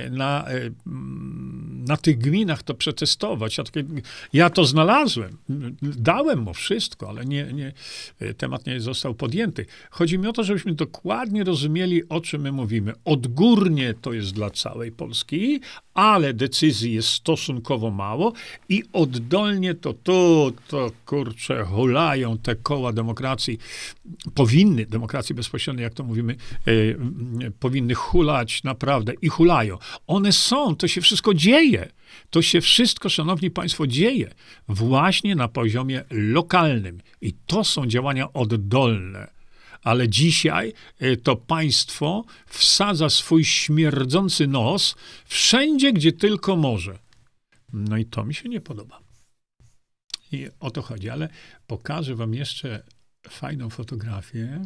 na tych gminach to przetestować. Ja to znalazłem, dałem mu wszystko, ale temat nie został podjęty. Chodzi mi o to, żebyśmy dokładnie rozumieli, o czym my mówimy. Odgórnie to jest dla całej Polski, ale decyzji jest stosunkowo mało i oddolnie to kurczę, hulają te koła demokracji, demokracji bezpośredniej, jak to mówimy, powinny hulać naprawdę i hulają. One są, to się wszystko dzieje. To się wszystko, szanowni państwo, dzieje właśnie na poziomie lokalnym. I to są działania oddolne. Ale dzisiaj to państwo wsadza swój śmierdzący nos wszędzie, gdzie tylko może. No i to mi się nie podoba. I o to chodzi. Ale pokażę wam jeszcze fajną fotografię.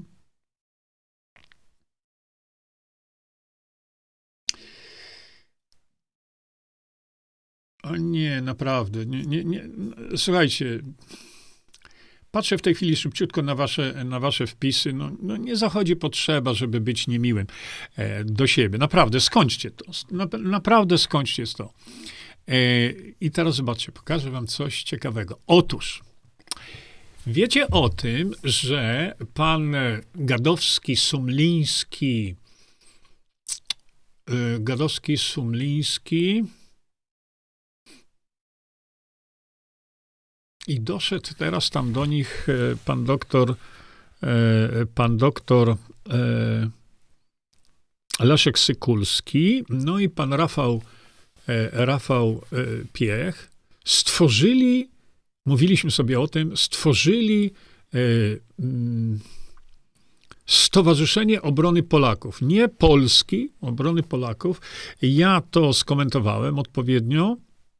O nie, naprawdę. Nie. Słuchajcie, patrzę w tej chwili szybciutko na wasze wpisy. No nie zachodzi potrzeba, żeby być niemiłym do siebie. Naprawdę, skończcie to. Naprawdę skończcie to. I teraz zobaczcie, pokażę wam coś ciekawego. Otóż, wiecie o tym, że pan Gadowski-Sumliński i doszedł teraz tam do nich pan doktor Leszek Sykulski, no i pan Rafał Piech stworzyli, mówiliśmy sobie o tym, stworzyli Stowarzyszenie Obrony Polaków. Nie Polski, Obrony Polaków. Ja to skomentowałem odpowiednio.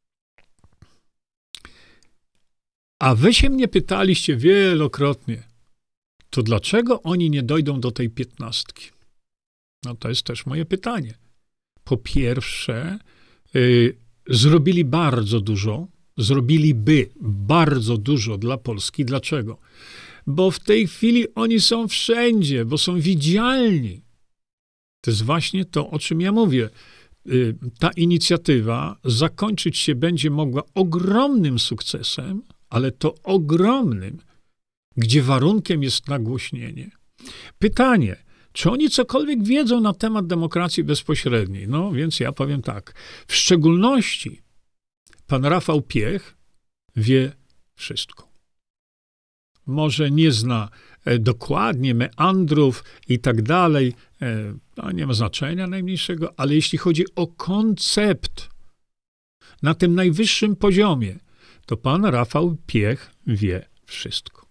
A wy się mnie pytaliście wielokrotnie, to dlaczego oni nie dojdą do tej 15? No to jest też moje pytanie. Po pierwsze, zrobiliby bardzo dużo dla Polski. Dlaczego? Bo w tej chwili oni są wszędzie, bo są widzialni. To jest właśnie to, o czym ja mówię. Ta inicjatywa zakończyć się będzie mogła ogromnym sukcesem, ale to ogromnym, gdzie warunkiem jest nagłośnienie. Pytanie, czy oni cokolwiek wiedzą na temat demokracji bezpośredniej? No więc ja powiem tak. W szczególności pan Rafał Piech wie wszystko. Może nie zna dokładnie meandrów i tak dalej, to nie ma znaczenia najmniejszego, ale jeśli chodzi o koncept na tym najwyższym poziomie, to pan Rafał Piech wie wszystko.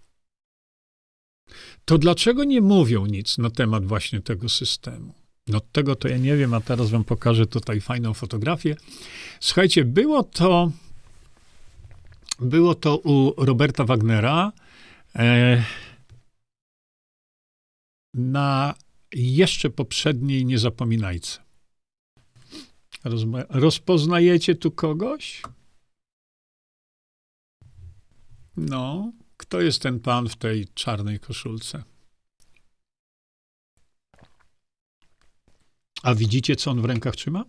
To dlaczego nie mówią nic na temat właśnie tego systemu? No tego to ja nie wiem, a teraz wam pokażę tutaj fajną fotografię. Słuchajcie, było to u Roberta Wagnera na jeszcze poprzedniej Niezapominajce. Rozpoznajecie tu kogoś? No, kto jest ten pan w tej czarnej koszulce? A widzicie, co on w rękach trzyma?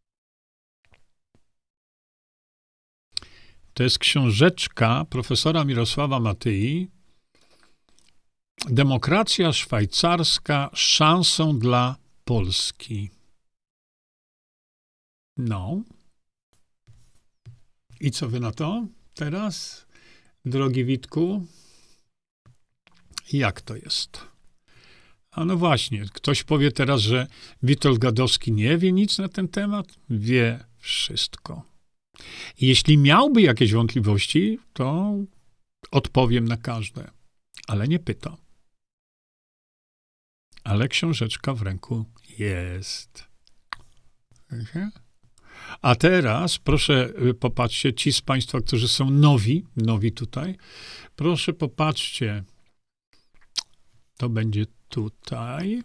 To jest książeczka profesora Mirosława Matyi. Demokracja szwajcarska szansą dla Polski. No. I co wy na to teraz, drogi Witku? Jak to jest? A no właśnie, ktoś powie teraz, że Witold Gadowski nie wie nic na ten temat? Wie wszystko. I jeśli miałby jakieś wątpliwości, to odpowiem na każde, ale nie pyta. Ale książeczka w ręku jest. A teraz proszę popatrzcie, ci z państwa, którzy są nowi tutaj, proszę popatrzcie, to będzie tutaj.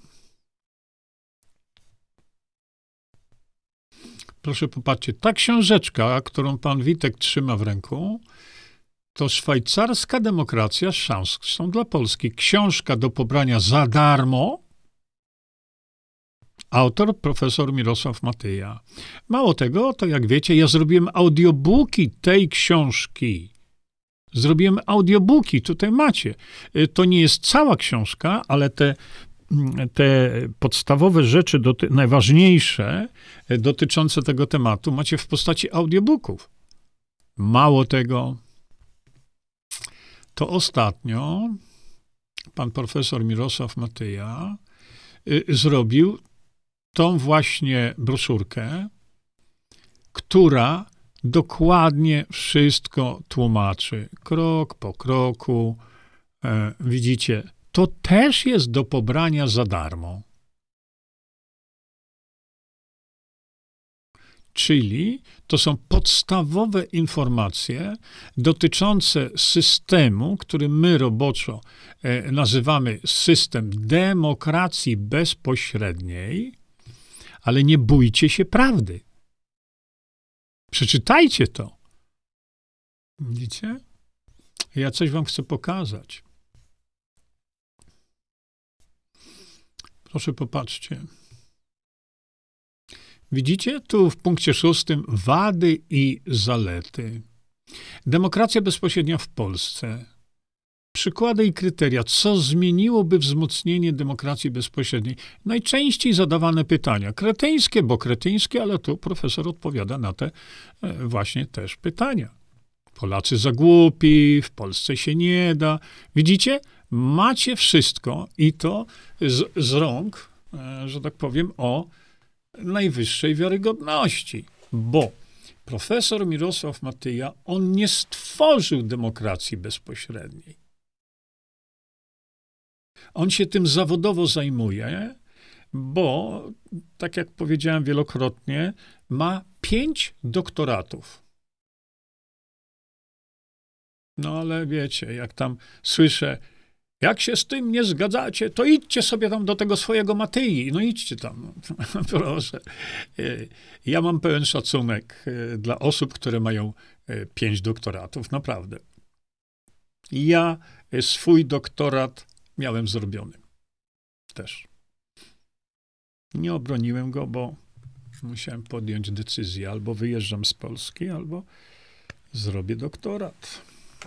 Proszę popatrzcie, ta książeczka, którą pan Witek trzyma w ręku, to Szwajcarska demokracja szansą dla Polski. Książka do pobrania za darmo. Autor profesor Mirosław Matyja. Mało tego, to jak wiecie, ja zrobiłem audiobooki tej książki. Zrobiłem audiobooki, tutaj macie. To nie jest cała książka, ale te podstawowe rzeczy, najważniejsze dotyczące tego tematu macie w postaci audiobooków. Mało tego, to ostatnio pan profesor Mirosław Matyja zrobił tą właśnie broszurkę, która dokładnie wszystko tłumaczy, krok po kroku. Widzicie, to też jest do pobrania za darmo. Czyli to są podstawowe informacje dotyczące systemu, który my roboczo nazywamy system demokracji bezpośredniej, ale nie bójcie się prawdy. Przeczytajcie to. Widzicie? Ja coś wam chcę pokazać. Proszę popatrzcie. Widzicie tu w punkcie 6 wady i zalety. Demokracja bezpośrednia w Polsce. Przykłady i kryteria. Co zmieniłoby wzmocnienie demokracji bezpośredniej? Najczęściej zadawane pytania. Kretyńskie, bo kretyńskie, ale tu profesor odpowiada na te właśnie też pytania. Polacy za głupi, w Polsce się nie da. Widzicie? Macie wszystko i to z rąk, że tak powiem, o najwyższej wiarygodności, bo profesor Mirosław Matyja, on nie stworzył demokracji bezpośredniej. On się tym zawodowo zajmuje, bo, tak jak powiedziałem wielokrotnie, ma 5 doktoratów. No ale wiecie, jak tam słyszę, jak się z tym nie zgadzacie, to idźcie sobie tam do tego swojego Matyi. No idźcie tam, proszę. Ja mam pełen szacunek dla osób, które mają 5 doktoratów, naprawdę. Ja swój doktorat miałem zrobiony też. Nie obroniłem go, bo musiałem podjąć decyzję, albo wyjeżdżam z Polski, albo zrobię doktorat.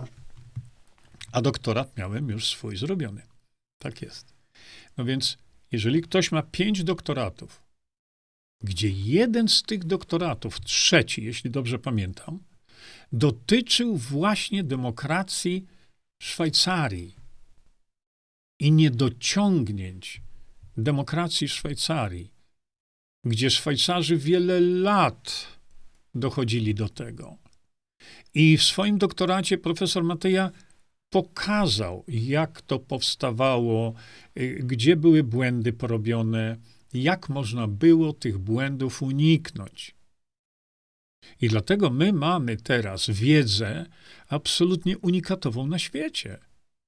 A doktorat miałem już swój zrobiony. Tak jest. No więc, jeżeli ktoś ma 5 doktoratów, gdzie jeden z tych doktoratów, trzeci, jeśli dobrze pamiętam, dotyczył właśnie demokracji Szwajcarii i niedociągnięć demokracji Szwajcarii, gdzie Szwajcarzy wiele lat dochodzili do tego. I w swoim doktoracie profesor Matyja pokazał, jak to powstawało, gdzie były błędy porobione, jak można było tych błędów uniknąć. I dlatego my mamy teraz wiedzę absolutnie unikatową na świecie.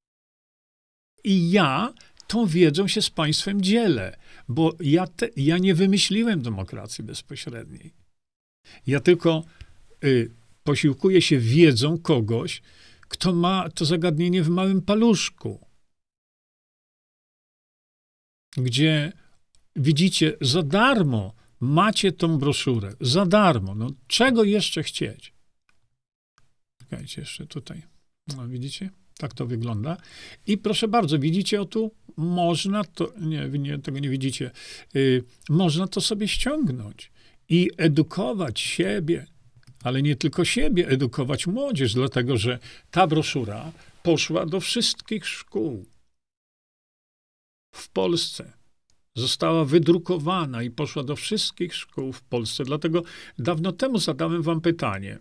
I ja tą wiedzą się z państwem dzielę, bo ja nie wymyśliłem demokracji bezpośredniej. Ja tylko posiłkuję się wiedzą kogoś, kto ma to zagadnienie w małym paluszku, gdzie widzicie, za darmo macie tą broszurę, za darmo. No, czego jeszcze chcieć? Czekajcie, jeszcze tutaj. No, widzicie? Tak to wygląda. I proszę bardzo, widzicie, o tu można to, nie, tego nie widzicie, można to sobie ściągnąć i edukować siebie, ale nie tylko siebie, edukować młodzież, dlatego że ta broszura poszła do wszystkich szkół w Polsce. Została wydrukowana i poszła do wszystkich szkół w Polsce. Dlatego dawno temu zadałem wam pytanie.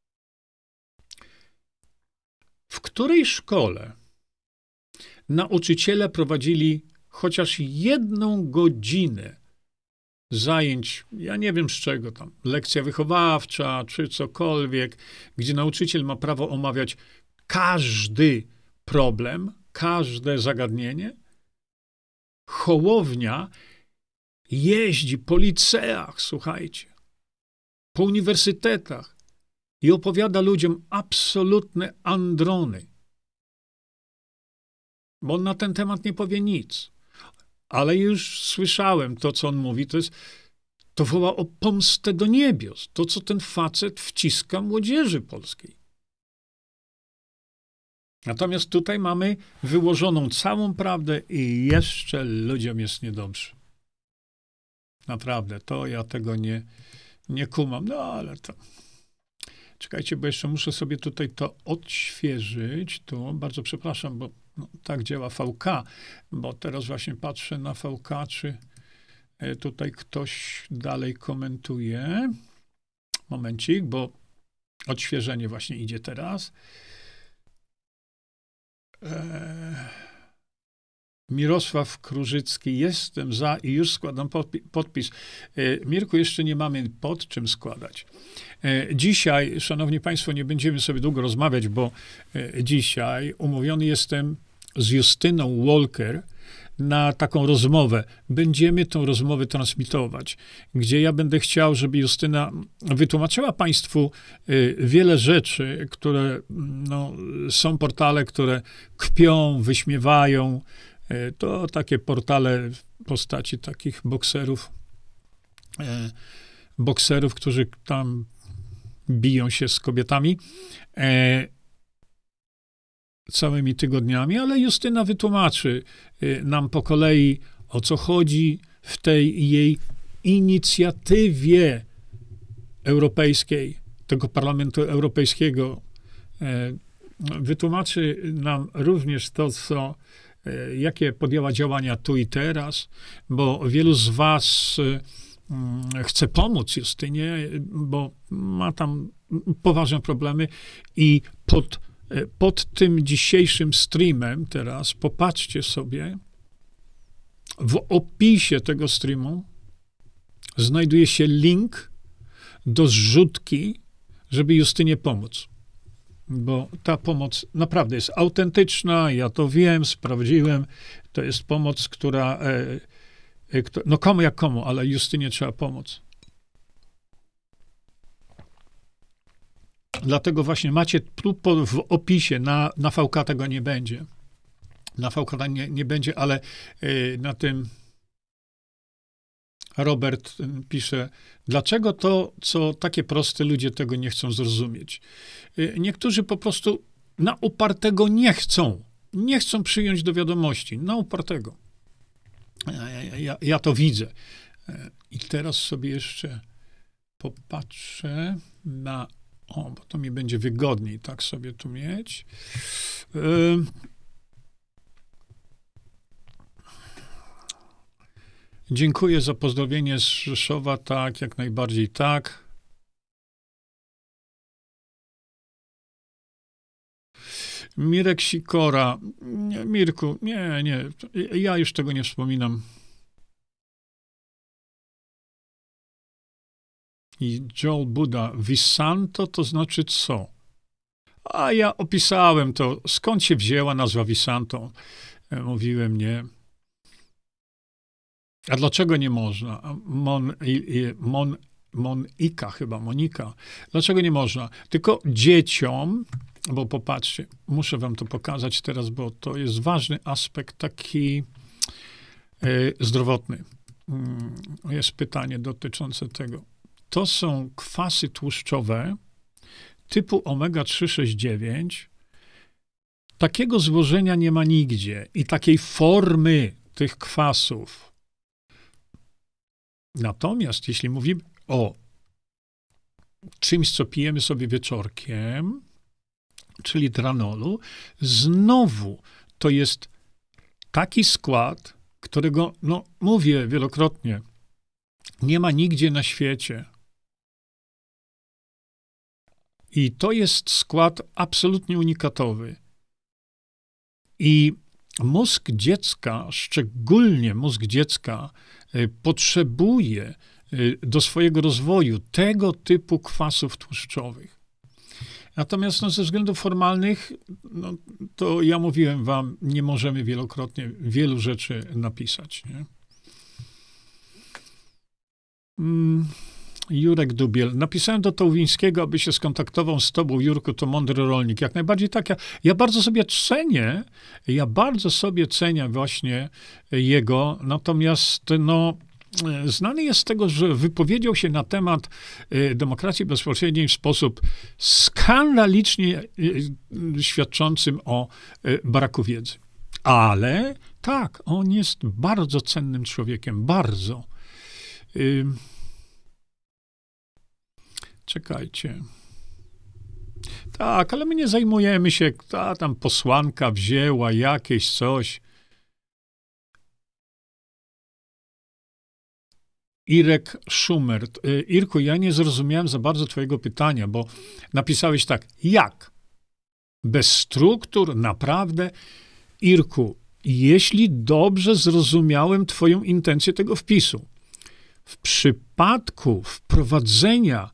W której szkole nauczyciele prowadzili chociaż 1 godzinę zajęć, ja nie wiem z czego tam, lekcja wychowawcza czy cokolwiek, gdzie nauczyciel ma prawo omawiać każdy problem, każde zagadnienie? Hołownia jeździ po liceach, słuchajcie, po uniwersytetach i opowiada ludziom absolutne androny. Bo on na ten temat nie powie nic. ale już słyszałem to, co on mówi, to woła o pomstę do niebios. To, co ten facet wciska młodzieży polskiej. Natomiast tutaj mamy wyłożoną całą prawdę i jeszcze ludziom jest niedobrze. Naprawdę, to ja tego nie kumam. No, ale to... Czekajcie, bo jeszcze muszę sobie tutaj to odświeżyć. Tu, bardzo przepraszam, bo tak działa VK, bo teraz właśnie patrzę na VK, czy tutaj ktoś dalej komentuje. Momencik, bo odświeżenie właśnie idzie teraz. Mirosław Krużycki, jestem za i już składam podpis. Mirku, jeszcze nie mamy pod czym składać. Dzisiaj, szanowni państwo, nie będziemy sobie długo rozmawiać, bo dzisiaj umówiony jestem z Justyną Walker na taką rozmowę. Będziemy tą rozmowę transmitować, gdzie ja będę chciał, żeby Justyna wytłumaczyła państwu wiele rzeczy, które są portale, które kpią, wyśmiewają. To takie portale w postaci takich bokserów, którzy tam biją się z kobietami całymi tygodniami, ale Justyna wytłumaczy nam po kolei, o co chodzi w tej jej inicjatywie europejskiej, tego Parlamentu Europejskiego. Wytłumaczy nam również to, jakie podjęła działania tu i teraz, bo wielu z was chce pomóc Justynie, bo ma tam poważne problemy i pod tym dzisiejszym streamem teraz, popatrzcie sobie, w opisie tego streamu znajduje się link do zrzutki, żeby Justynie pomóc. Bo ta pomoc naprawdę jest autentyczna, ja to wiem, sprawdziłem. To jest pomoc, która, no komu jak komu, ale Justynie trzeba pomóc. Dlatego właśnie macie tu w opisie, na VK tego nie będzie. Na VK nie będzie, ale na tym Robert pisze, dlaczego to, co takie proste, ludzie tego nie chcą zrozumieć. Niektórzy po prostu na upartego nie chcą przyjąć do wiadomości, na upartego. Ja to widzę. I teraz sobie jeszcze popatrzę na, bo to mi będzie wygodniej tak sobie tu mieć. Dziękuję za pozdrowienie z Rzeszowa. Tak, jak najbardziej tak. Mirek Sikora. Nie, Mirku, nie. Ja już tego nie wspominam. I Joel Buddha. Visanto to znaczy co? A ja opisałem to. Skąd się wzięła nazwa Visanto? Mówiłem, nie. A dlaczego nie można? Monika. Dlaczego nie można? Tylko dzieciom, bo popatrzcie, muszę wam to pokazać teraz, bo to jest ważny aspekt taki zdrowotny. Jest pytanie dotyczące tego. To są kwasy tłuszczowe typu omega-369. Takiego złożenia nie ma nigdzie i takiej formy tych kwasów. Natomiast jeśli mówimy o czymś, co pijemy sobie wieczorkiem, czyli tranolu, znowu to jest taki skład, którego, mówię wielokrotnie, nie ma nigdzie na świecie. I to jest skład absolutnie unikatowy. I mózg dziecka, szczególnie mózg dziecka, potrzebuje do swojego rozwoju tego typu kwasów tłuszczowych. Natomiast ze względów formalnych, to ja mówiłem wam, nie możemy wielokrotnie wielu rzeczy napisać. Nie? Jurek Dubiel. Napisałem do Tołwińskiego, aby się skontaktował z tobą, Jurku, to mądry rolnik. Jak najbardziej tak. Ja bardzo sobie cenię właśnie jego, natomiast no, znany jest z tego, że wypowiedział się na temat demokracji bezpośredniej w sposób skandalicznie świadczącym o braku wiedzy. Ale tak, on jest bardzo cennym człowiekiem, bardzo. Czekajcie. Tak, ale my nie zajmujemy się, ta tam posłanka wzięła jakieś coś. Irek Schumert. Irku, ja nie zrozumiałem za bardzo twojego pytania, bo napisałeś tak, jak? Bez struktur, naprawdę? Irku, jeśli dobrze zrozumiałem twoją intencję tego wpisu, w przypadku wprowadzenia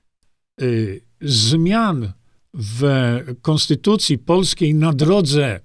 zmian w Konstytucji Polskiej na drodze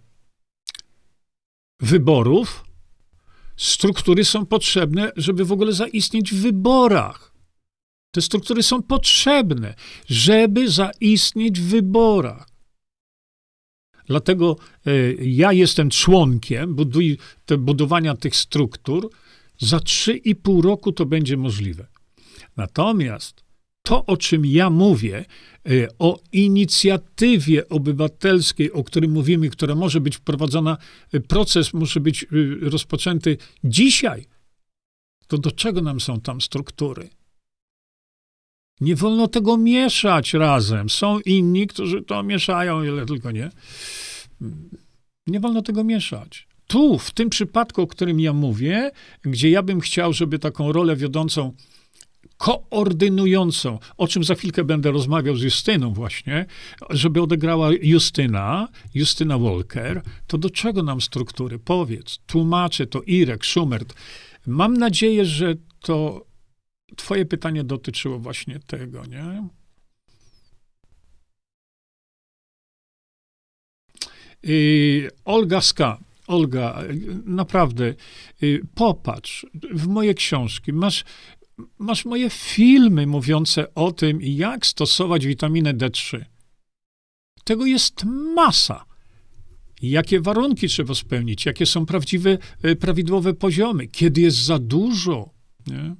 wyborów, struktury są potrzebne, żeby w ogóle zaistnieć w wyborach. Te struktury są potrzebne, żeby zaistnieć w wyborach. Dlatego ja jestem członkiem budowania tych struktur. Za 3,5 roku to będzie możliwe. Natomiast to, o czym ja mówię, o inicjatywie obywatelskiej, o którym mówimy, która może być wprowadzona, proces może być rozpoczęty dzisiaj, to do czego nam są tam struktury? Nie wolno tego mieszać razem. Są inni, którzy to mieszają, ile tylko nie. Nie wolno tego mieszać. Tu, w tym przypadku, o którym ja mówię, gdzie ja bym chciał, żeby taką rolę wiodącą, koordynującą, o czym za chwilkę będę rozmawiał z Justyną właśnie, żeby odegrała Justyna Walker, to do czego nam struktury? Powiedz, tłumaczę to Irek, Schumert. Mam nadzieję, że to twoje pytanie dotyczyło właśnie tego, nie? Olga Ska. Olga, naprawdę, popatrz w moje książki. Masz moje filmy mówiące o tym, jak stosować witaminę D3. Tego jest masa. Jakie warunki trzeba spełnić, jakie są prawidłowe poziomy, kiedy jest za dużo. Nie?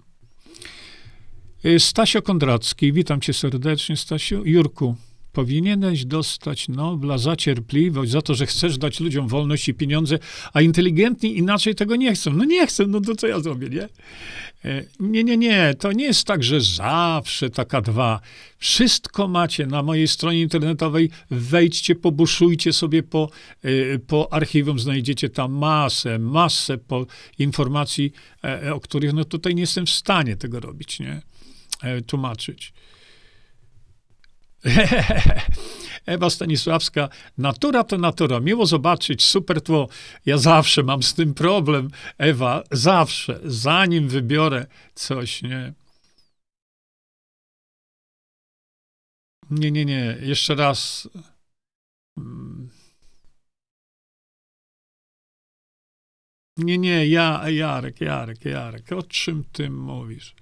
Stasio Kondracki, witam cię serdecznie, Stasiu. Jurku, powinieneś dostać Nobla za cierpliwość, za to, że chcesz dać ludziom wolność i pieniądze, a inteligentni inaczej tego nie chcą. No nie chcą, no to co ja zrobię, nie? Nie, to nie jest tak, że zawsze taka dwa. Wszystko macie na mojej stronie internetowej, wejdźcie, pobuszujcie sobie po archiwum, znajdziecie tam masę informacji, o których no tutaj nie jestem w stanie tego robić, nie? Tłumaczyć. Ewa Stanisławska, natura to natura. Miło zobaczyć, super tło. Ja zawsze mam z tym problem, Ewa, zawsze, zanim wybiorę coś, nie. Nie, jeszcze raz. Nie, Jarek, o czym ty mówisz?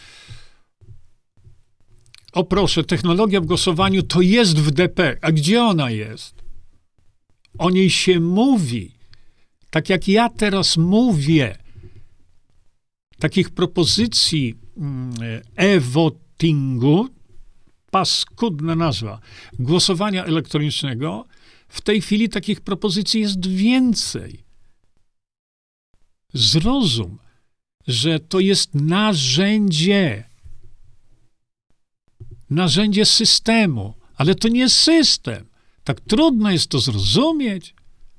O proszę, technologia w głosowaniu to jest w DP. A gdzie ona jest? O niej się mówi. Tak jak ja teraz mówię. Takich propozycji e-votingu, paskudna nazwa, głosowania elektronicznego, w tej chwili takich propozycji jest więcej. Zrozum, że to jest narzędzie systemu, ale to nie jest system. Tak trudno jest to zrozumieć.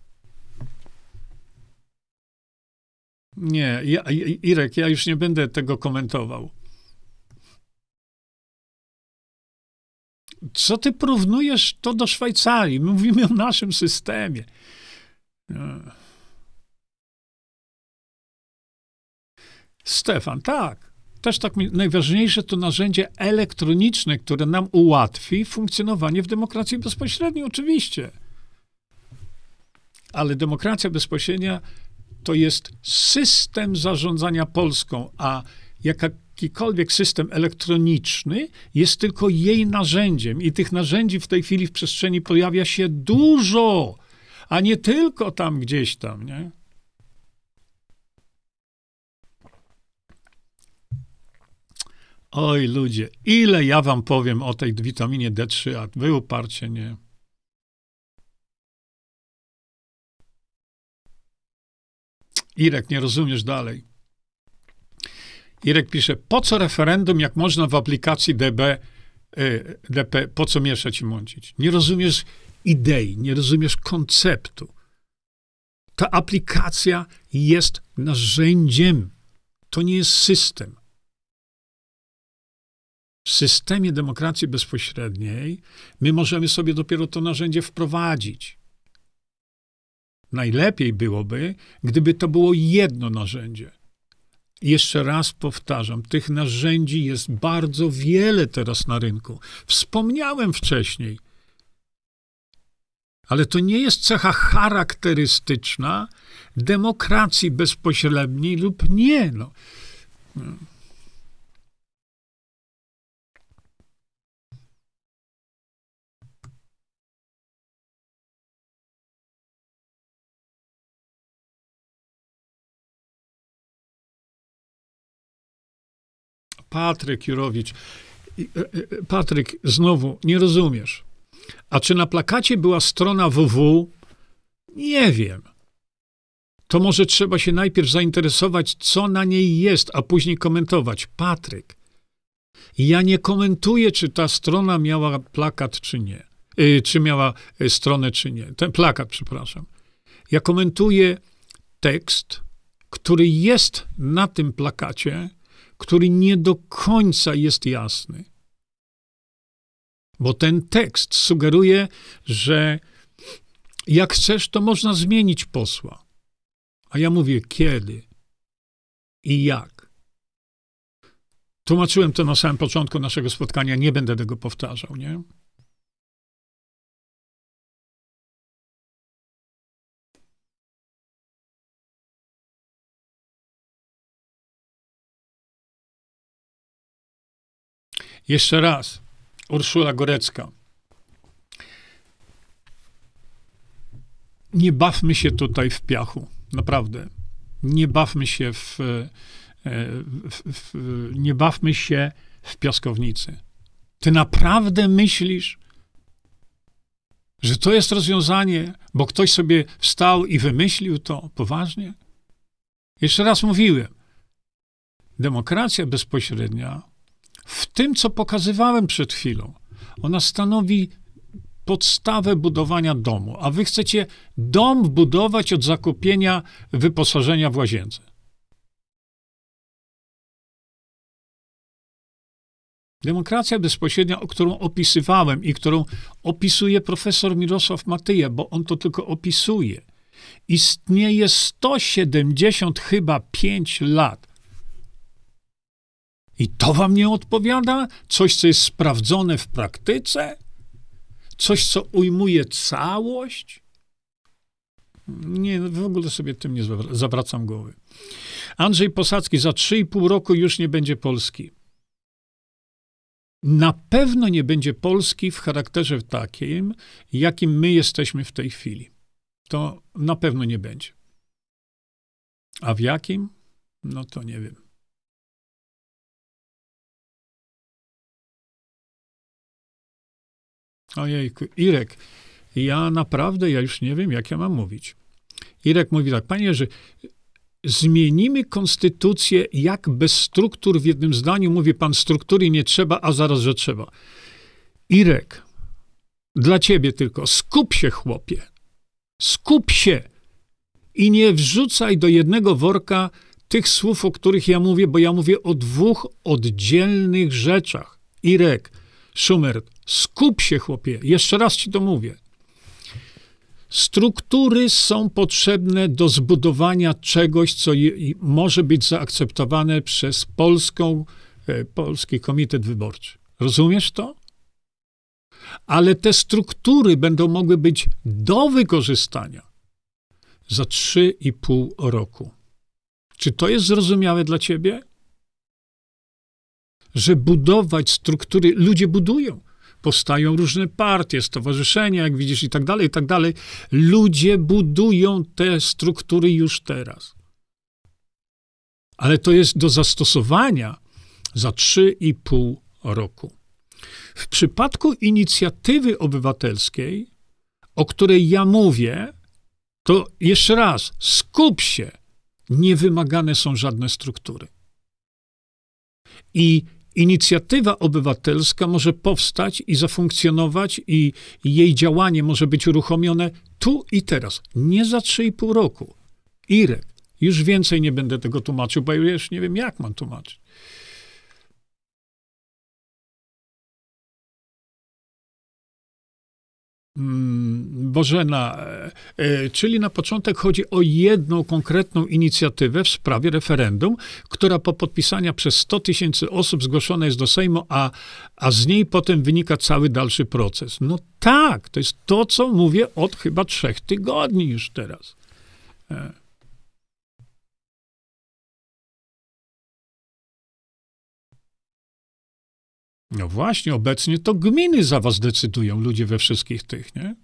Nie, Irek, ja już nie będę tego komentował. Co ty porównujesz to do Szwajcarii? My mówimy o naszym systemie. Stefan, tak. Też tak, najważniejsze to narzędzie elektroniczne, które nam ułatwi funkcjonowanie w demokracji bezpośredniej, oczywiście. Ale demokracja bezpośrednia to jest system zarządzania Polską, a jakikolwiek system elektroniczny jest tylko jej narzędziem i tych narzędzi w tej chwili w przestrzeni pojawia się dużo, a nie tylko tam gdzieś tam, nie? Oj, ludzie, ile ja wam powiem o tej witaminie D3, a wy uparcie nie. Irek, nie rozumiesz dalej. Irek pisze, po co referendum, jak można w aplikacji DP, po co mieszać i mącić? Nie rozumiesz idei, nie rozumiesz konceptu. Ta aplikacja jest narzędziem. To nie jest system. W systemie demokracji bezpośredniej my możemy sobie dopiero to narzędzie wprowadzić. Najlepiej byłoby, gdyby to było jedno narzędzie. Jeszcze raz powtarzam, tych narzędzi jest bardzo wiele teraz na rynku. Wspomniałem wcześniej. Ale to nie jest cecha charakterystyczna demokracji bezpośredniej lub nie. No. Patryk Jurowicz. Patryk, znowu, nie rozumiesz. A czy na plakacie była strona www? Nie wiem. To może trzeba się najpierw zainteresować, co na niej jest, a później komentować. Patryk, ja nie komentuję, czy ta strona miała plakat, czy nie. Czy miała stronę, czy nie. Ten plakat, przepraszam. Ja komentuję tekst, który jest na tym plakacie, który nie do końca jest jasny. Bo ten tekst sugeruje, że jak chcesz, to można zmienić posła. A ja mówię, kiedy i jak. Tłumaczyłem to na samym początku naszego spotkania, nie będę tego powtarzał, nie? Jeszcze raz, Urszula Gorecka. Nie bawmy się tutaj w piachu, naprawdę. Nie bawmy się nie bawmy się w piaskownicy. Ty naprawdę myślisz, że to jest rozwiązanie, bo ktoś sobie wstał i wymyślił to poważnie? Jeszcze raz mówiłem, demokracja bezpośrednia w tym, co pokazywałem przed chwilą, ona stanowi podstawę budowania domu, a wy chcecie dom budować od zakupienia wyposażenia w łazience. Demokracja bezpośrednia, o którą opisywałem i którą opisuje profesor Mirosław Matyja, bo on to tylko opisuje, istnieje 170 chyba 5 lat. I to wam nie odpowiada? Coś, co jest sprawdzone w praktyce? Coś, co ujmuje całość? Nie, w ogóle sobie tym nie zawracam głowy. Andrzej Posadzki, za 3,5 roku już nie będzie Polski. Na pewno nie będzie Polski w charakterze takim, jakim my jesteśmy w tej chwili. To na pewno nie będzie. A w jakim? No to nie wiem. Ojejku, Irek, ja już nie wiem, jak ja mam mówić. Irek mówi tak, panie Jerzy, zmienimy konstytucję jak bez struktur. W jednym zdaniu mówi pan, struktury nie trzeba, a zaraz, że trzeba. Irek, dla ciebie tylko, skup się, chłopie. Skup się i nie wrzucaj do jednego worka tych słów, o których ja mówię, bo ja mówię o dwóch oddzielnych rzeczach. Irek, Szumert, skup się, chłopie. Jeszcze raz ci to mówię. Struktury są potrzebne do zbudowania czegoś, co może być zaakceptowane przez Polski Komitet Wyborczy. Rozumiesz to? Ale te struktury będą mogły być do wykorzystania za 3,5 roku. Czy to jest zrozumiałe dla ciebie? że budować struktury, ludzie budują. Powstają różne partie, stowarzyszenia, jak widzisz, i tak dalej, i tak dalej. Ludzie budują te struktury już teraz. Ale to jest do zastosowania za 3,5 roku. W przypadku inicjatywy obywatelskiej, o której ja mówię, to jeszcze raz, skup się, nie wymagane są żadne struktury. I inicjatywa obywatelska może powstać i zafunkcjonować i jej działanie może być uruchomione tu i teraz, nie za 3,5 roku. Irek, już więcej nie będę tego tłumaczył, bo już nie wiem, jak mam tłumaczyć. Bożena, czyli na początek chodzi o jedną konkretną inicjatywę w sprawie referendum, która po podpisaniu przez 100 000 osób zgłoszona jest do Sejmu, a z niej potem wynika cały dalszy proces. No tak, to jest to, co mówię od chyba 3 tygodni już teraz. No właśnie, obecnie to gminy za was decydują, ludzie we wszystkich tych, nie?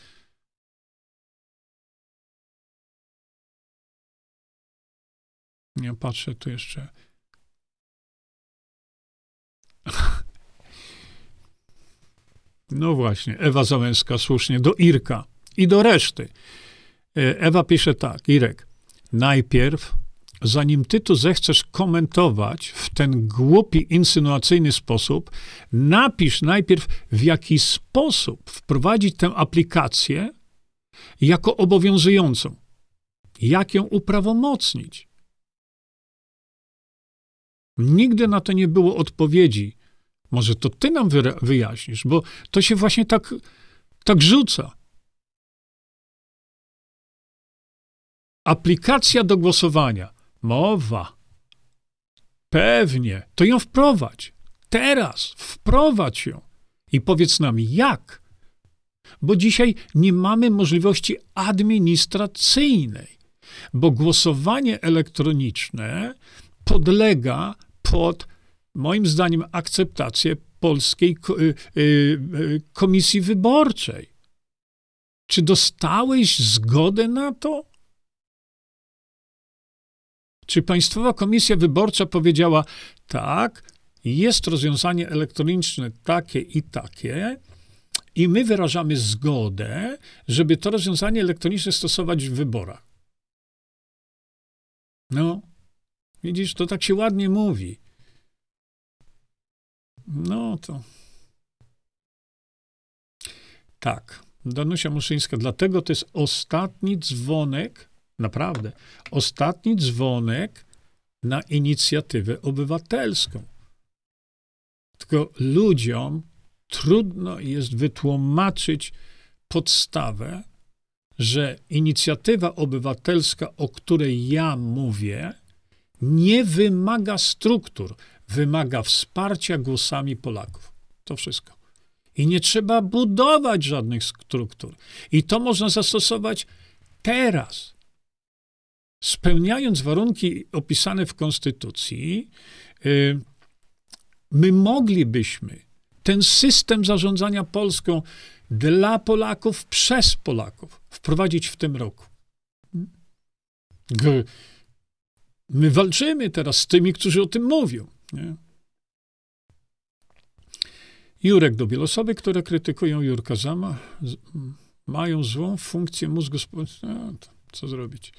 Nie patrzę tu jeszcze. No właśnie, Ewa Załęska, słusznie, do Irka i do reszty. Ewa pisze tak, Irek, najpierw, zanim ty tu zechcesz komentować w ten głupi, insynuacyjny sposób, napisz najpierw, w jaki sposób wprowadzić tę aplikację jako obowiązującą. Jak ją uprawomocnić. Nigdy na to nie było odpowiedzi. Może to ty nam wyjaśnisz, bo to się właśnie tak rzuca. Aplikacja do głosowania. Mowa. Pewnie. To ją wprowadź. Teraz. Wprowadź ją. I powiedz nam, jak. Bo dzisiaj nie mamy możliwości administracyjnej. Bo głosowanie elektroniczne podlega pod, moim zdaniem, akceptację Polskiej Komisji Wyborczej. Czy dostałeś zgodę na to? Czy Państwowa Komisja Wyborcza powiedziała, tak, jest rozwiązanie elektroniczne takie i takie i my wyrażamy zgodę, żeby to rozwiązanie elektroniczne stosować w wyborach. No, widzisz, to tak się ładnie mówi. No to... Tak, Danusia Muszyńska, dlatego to jest ostatni dzwonek, naprawdę, ostatni dzwonek na inicjatywę obywatelską. Tylko ludziom trudno jest wytłumaczyć podstawę, że inicjatywa obywatelska, o której ja mówię, nie wymaga struktur, wymaga wsparcia głosami Polaków. To wszystko. I nie trzeba budować żadnych struktur. I to można zastosować teraz. Spełniając warunki opisane w Konstytucji, my moglibyśmy ten system zarządzania Polską dla Polaków, przez Polaków wprowadzić w tym roku. My walczymy teraz z tymi, którzy o tym mówią. Nie? Jurek Dobiel. Osoby, które krytykują Jurka Zama, mają złą funkcję mózgu społecznego. No, co zrobić?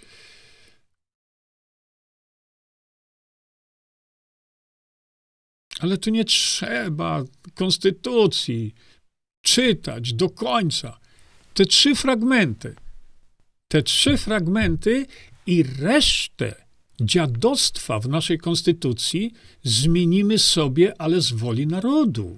Ale tu nie trzeba konstytucji czytać do końca. Te 3 fragmenty. Te 3 fragmenty i resztę dziadostwa w naszej konstytucji zmienimy sobie, ale z woli narodu.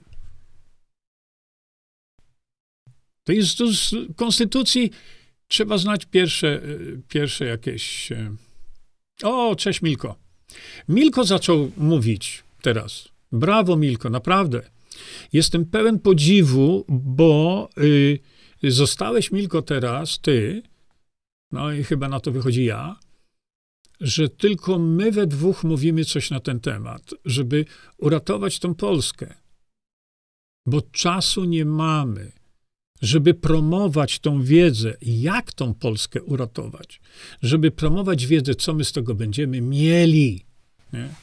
To jest z konstytucji, trzeba znać pierwsze jakieś... O, cześć Milko. Milko zaczął mówić teraz. Brawo Milko, naprawdę. Jestem pełen podziwu, bo zostałeś Milko teraz, ty, no i chyba na to wychodzi ja, że tylko my we dwóch mówimy coś na ten temat, żeby uratować tą Polskę. Bo czasu nie mamy, żeby promować tą wiedzę, jak tą Polskę uratować. Żeby promować wiedzę, co my z tego będziemy mieli. Nie?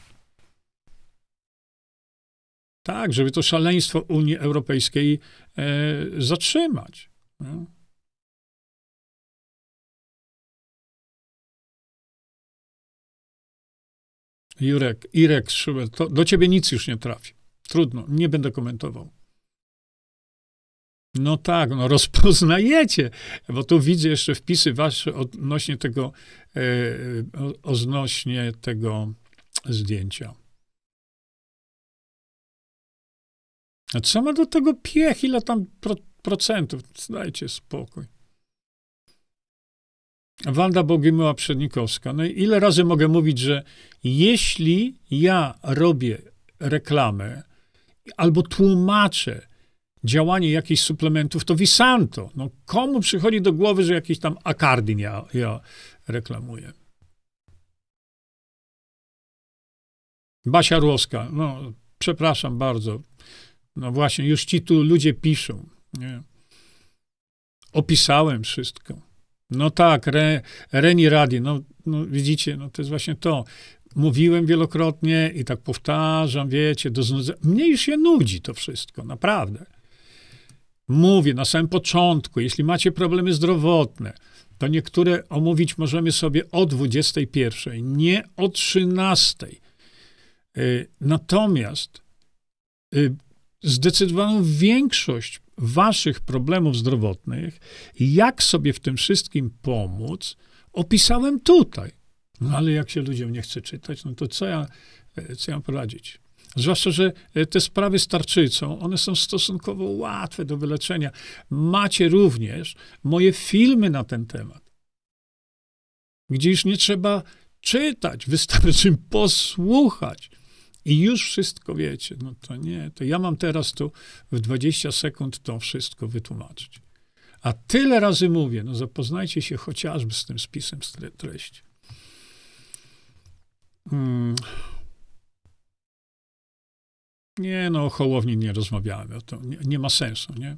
Tak, żeby to szaleństwo Unii Europejskiej zatrzymać. Nie? Irek, Schubert, to do ciebie nic już nie trafi. Trudno, nie będę komentował. No tak, no rozpoznajecie, bo tu widzę jeszcze wpisy wasze odnośnie tego zdjęcia. A co ma do tego piech? Ile tam procentów? Dajcie spokój. Wanda Bogumiła-Przednikowska. No i ile razy mogę mówić, że jeśli ja robię reklamę albo tłumaczę działanie jakichś suplementów, to Visanto. No komu przychodzi do głowy, że jakiś tam Akardin ja reklamuję? Basia Rłowska. No, przepraszam bardzo. No właśnie, już ci tu ludzie piszą. Nie? Opisałem wszystko. No tak, Reni Radi, no widzicie, no to jest właśnie to. Mówiłem wielokrotnie i tak powtarzam, wiecie, do znudzenia. Mnie już się nudzi to wszystko, naprawdę. Mówię na samym początku, jeśli macie problemy zdrowotne, to niektóre omówić możemy sobie o 21, nie o 13. Natomiast zdecydowaną większość waszych problemów zdrowotnych, jak sobie w tym wszystkim pomóc, opisałem tutaj. No ale jak się ludziom nie chce czytać, no to co ja mam poradzić? Zwłaszcza, że te sprawy z tarczycą, one są stosunkowo łatwe do wyleczenia. Macie również moje filmy na ten temat, gdzie już nie trzeba czytać, wystarczy posłuchać. I już wszystko wiecie. No to nie, to ja mam teraz tu w 20 sekund to wszystko wytłumaczyć. A tyle razy mówię, no zapoznajcie się chociażby z tym spisem treści. Nie, no o Hołowni nie rozmawiamy, o to nie ma sensu, nie?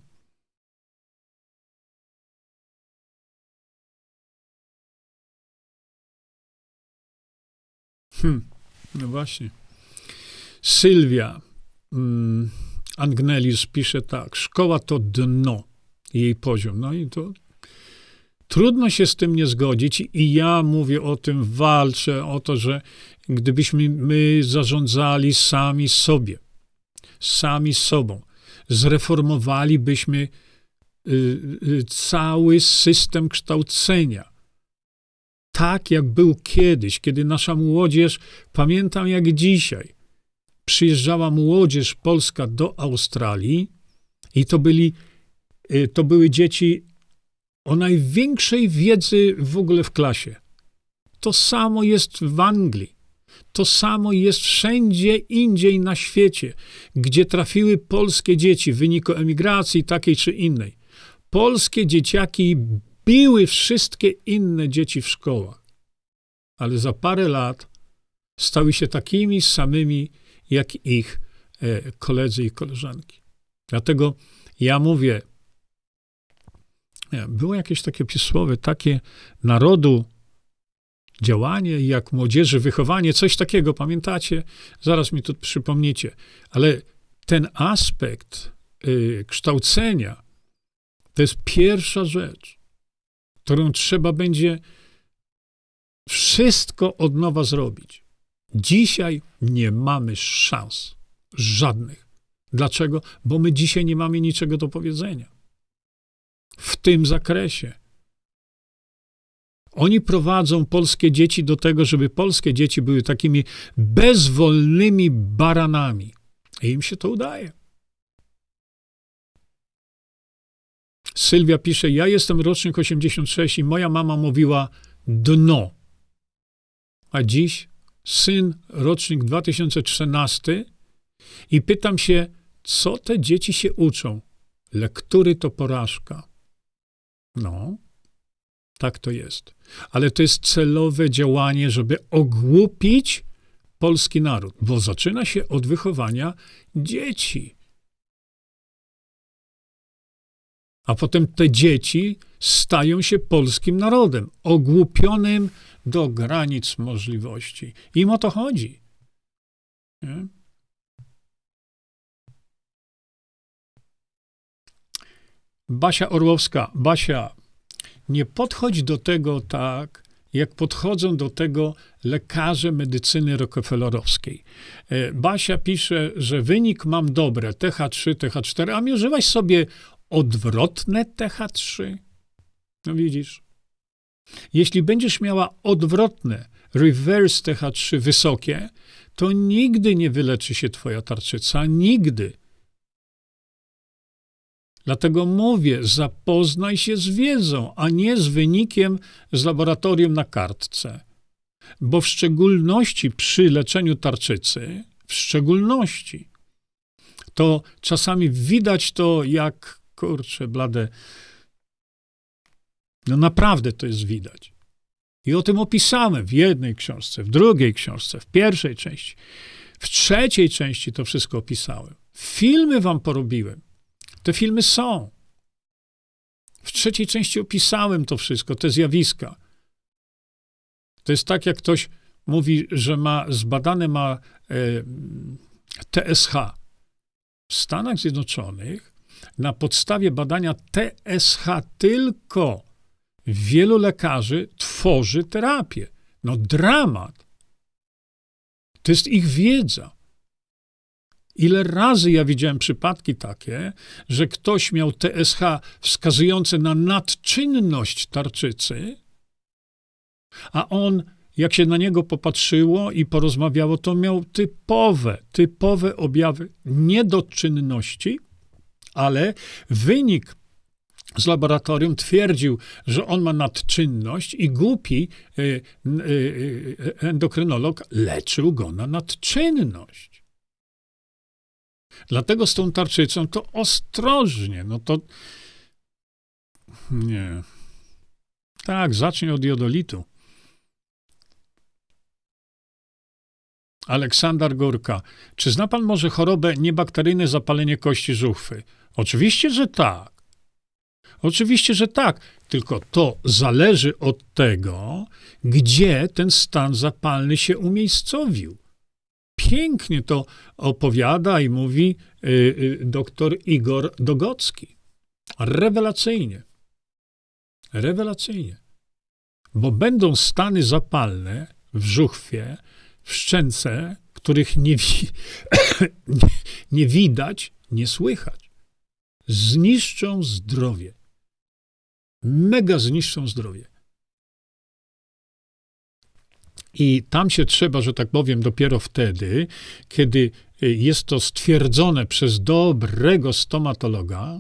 No właśnie. Sylwia Angnelius pisze tak, szkoła to dno, jej poziom. No i to trudno się z tym nie zgodzić i ja mówię o tym, walczę o to, że gdybyśmy my zarządzali sami sobą, zreformowalibyśmy cały system kształcenia. Tak jak był kiedyś, kiedy nasza młodzież, pamiętam jak dzisiaj, przyjeżdżała młodzież polska do Australii i to były dzieci o największej wiedzy w ogóle w klasie. To samo jest w Anglii. To samo jest wszędzie indziej na świecie, gdzie trafiły polskie dzieci w wyniku emigracji takiej czy innej. Polskie dzieciaki biły wszystkie inne dzieci w szkołach, ale za parę lat stały się takimi samymi jak ich koledzy i koleżanki. Dlatego ja mówię, było jakieś takie przysłowie, takie narodu działanie, jak młodzieży wychowanie, coś takiego, pamiętacie? Zaraz mi tu przypomnicie. Ale ten aspekt kształcenia to jest pierwsza rzecz, którą trzeba będzie wszystko od nowa zrobić. Dzisiaj nie mamy szans. Żadnych. Dlaczego? Bo my dzisiaj nie mamy niczego do powiedzenia. W tym zakresie. Oni prowadzą polskie dzieci do tego, żeby polskie dzieci były takimi bezwolnymi baranami. I im się to udaje. Sylwia pisze, ja jestem rocznik 86 i moja mama mówiła dno. A dziś syn rocznik 2013 i pytam się, co te dzieci się uczą? Lektury to porażka. No. Tak to jest. Ale to jest celowe działanie, żeby ogłupić polski naród, bo zaczyna się od wychowania dzieci. A potem te dzieci stają się polskim narodem, ogłupionym do granic możliwości. Im o to chodzi. Nie? Basia Orłowska. Basia, nie podchodź do tego tak, jak podchodzą do tego lekarze medycyny rockefellerowskiej. Basia pisze, że wynik mam dobre, TH3, TH4, a mi używasz sobie odwrotne TH3. No widzisz. Jeśli będziesz miała odwrotne, reverse TH3 wysokie, to nigdy nie wyleczy się twoja tarczyca. Nigdy. Dlatego mówię, zapoznaj się z wiedzą, a nie z wynikiem z laboratorium na kartce. Bo w szczególności przy leczeniu tarczycy, w szczególności, to czasami widać to jak, kurczę, blade, no naprawdę to jest widać. I o tym opisałem w jednej książce, w drugiej książce, w pierwszej części. W trzeciej części to wszystko opisałem. Filmy wam porobiłem. Te filmy są. W trzeciej części opisałem to wszystko, te zjawiska. To jest tak, jak ktoś mówi, że zbadane ma TSH. W Stanach Zjednoczonych na podstawie badania TSH tylko wielu lekarzy tworzy terapię. No dramat. To jest ich wiedza. Ile razy ja widziałem przypadki takie, że ktoś miał TSH wskazujące na nadczynność tarczycy, a on, jak się na niego popatrzyło i porozmawiało, to miał typowe objawy niedoczynności, ale wynik z laboratorium twierdził, że on ma nadczynność i głupi endokrynolog leczył go na nadczynność. Dlatego z tą tarczycą to ostrożnie, no to nie. Tak, zacznij od jodolitu. Aleksander Górka. Czy zna pan może chorobę niebakteryjne zapalenie kości żuchwy? Oczywiście, że tak. Oczywiście, że tak. Tylko to zależy od tego, gdzie ten stan zapalny się umiejscowił. Pięknie to opowiada i mówi doktor Igor Dogocki. Rewelacyjnie. Rewelacyjnie. Bo będą stany zapalne w żuchwie, w szczęce, których nie widać, nie słychać. Zniszczą zdrowie. Mega zniszczą zdrowie. I tam się trzeba, że tak powiem, dopiero wtedy, kiedy jest to stwierdzone przez dobrego stomatologa,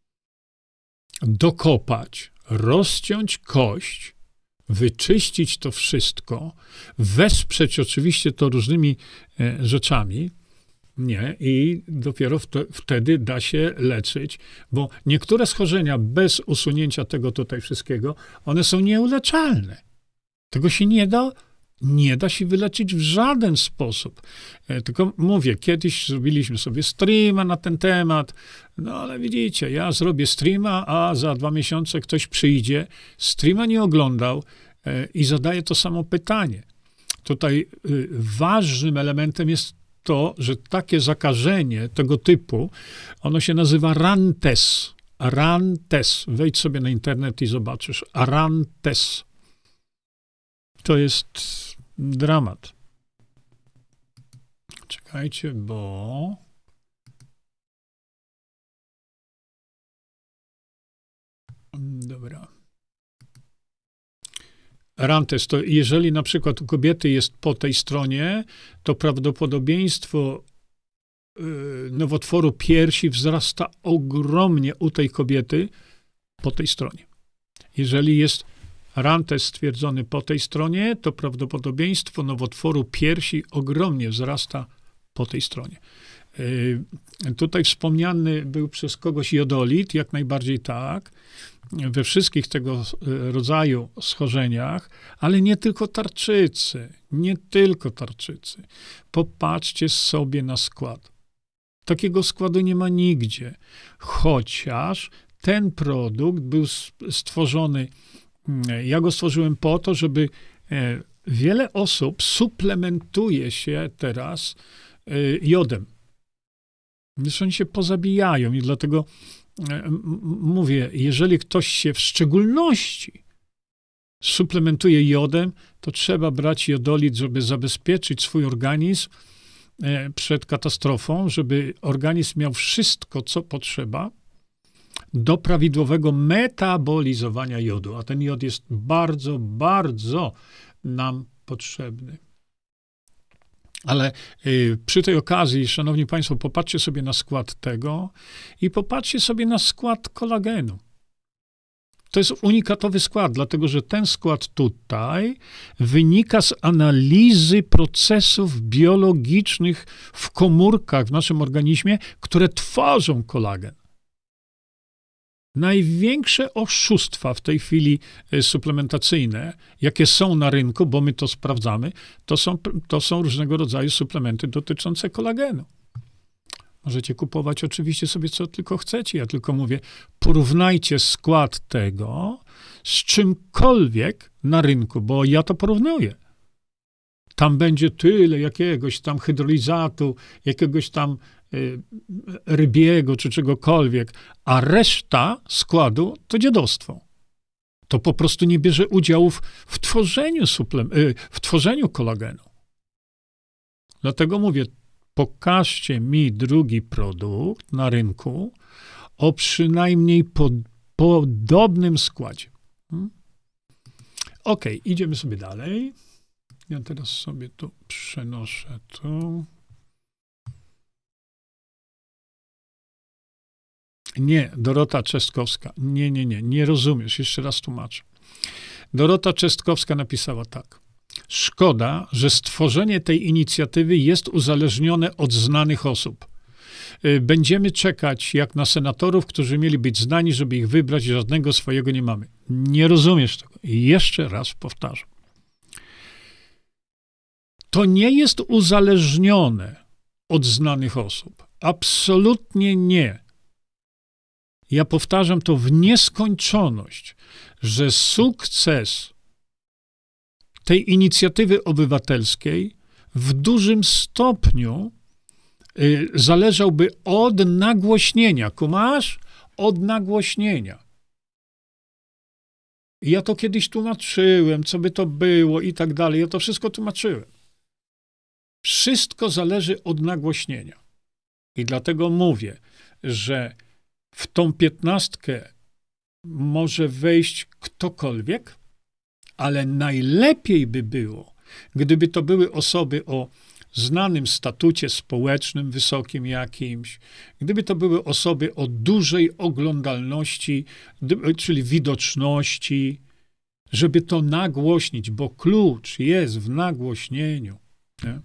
dokopać, rozciąć kość, wyczyścić to wszystko, wesprzeć oczywiście to różnymi rzeczami, nie, i dopiero wtedy da się leczyć, bo niektóre schorzenia bez usunięcia tego tutaj wszystkiego, one są nieuleczalne. Tego się nie da się wyleczyć w żaden sposób. Tylko mówię, kiedyś zrobiliśmy sobie streama na ten temat, no ale widzicie, ja zrobię streama, a za 2 miesiące ktoś przyjdzie, streama nie oglądał i zadaje to samo pytanie. Tutaj ważnym elementem jest to, że takie zakażenie tego typu, ono się nazywa rantes. Rantes. Wejdź sobie na internet i zobaczysz. Rantes. To jest dramat. Czekajcie, bo... Dobra. Rantes, to jeżeli na przykład u kobiety jest po tej stronie, to prawdopodobieństwo nowotworu piersi wzrasta ogromnie u tej kobiety po tej stronie. Jeżeli jest rantes stwierdzony po tej stronie, to prawdopodobieństwo nowotworu piersi ogromnie wzrasta po tej stronie. Tutaj wspomniany był przez kogoś jodolit, jak najbardziej tak, we wszystkich tego rodzaju schorzeniach, ale nie tylko tarczycy, nie tylko tarczycy. Popatrzcie sobie na skład. Takiego składu nie ma nigdzie, chociaż ten produkt był stworzony, ja go stworzyłem po to, żeby wiele osób suplementuje się teraz jodem. Więc oni się pozabijają i dlatego mówię, jeżeli ktoś się w szczególności suplementuje jodem, to trzeba brać jodolit, żeby zabezpieczyć swój organizm przed katastrofą, żeby organizm miał wszystko, co potrzeba do prawidłowego metabolizowania jodu. A ten jod jest bardzo, bardzo nam potrzebny. Ale przy tej okazji, szanowni państwo, popatrzcie sobie na skład tego i popatrzcie sobie na skład kolagenu. To jest unikatowy skład, dlatego że ten skład tutaj wynika z analizy procesów biologicznych w komórkach w naszym organizmie, które tworzą kolagen. Największe oszustwa w tej chwili suplementacyjne, jakie są na rynku, bo my to sprawdzamy, to są różnego rodzaju suplementy dotyczące kolagenu. Możecie kupować oczywiście sobie co tylko chcecie. Ja tylko mówię, porównajcie skład tego z czymkolwiek na rynku, bo ja to porównuję. Tam będzie tyle jakiegoś tam hydrolizatu, jakiegoś tam rybiego czy czegokolwiek, a reszta składu to dziadostwo. To po prostu nie bierze udziału w tworzeniu kolagenu. Dlatego mówię, pokażcie mi drugi produkt na rynku o przynajmniej podobnym składzie. Ok, idziemy sobie dalej. Ja teraz sobie tu przenoszę to. Nie, Dorota Czestkowska. Nie rozumiesz. Jeszcze raz tłumaczę. Dorota Czestkowska napisała tak. Szkoda, że stworzenie tej inicjatywy jest uzależnione od znanych osób. Będziemy czekać jak na senatorów, którzy mieli być znani, żeby ich wybrać, żadnego swojego nie mamy. Nie rozumiesz tego. I jeszcze raz powtarzam. To nie jest uzależnione od znanych osób. Absolutnie nie. Ja powtarzam to w nieskończoność, że sukces tej inicjatywy obywatelskiej w dużym stopniu zależałby od nagłośnienia. Kumasz? Od nagłośnienia. I ja to kiedyś tłumaczyłem, co by to było i tak dalej. Ja to wszystko tłumaczyłem. Wszystko zależy od nagłośnienia. I dlatego mówię, że w tą 15 może wejść ktokolwiek, ale najlepiej by było, gdyby to były osoby o znanym statucie społecznym, wysokim jakimś, gdyby to były osoby o dużej oglądalności, czyli widoczności, żeby to nagłośnić, bo klucz jest w nagłośnieniu. Nie?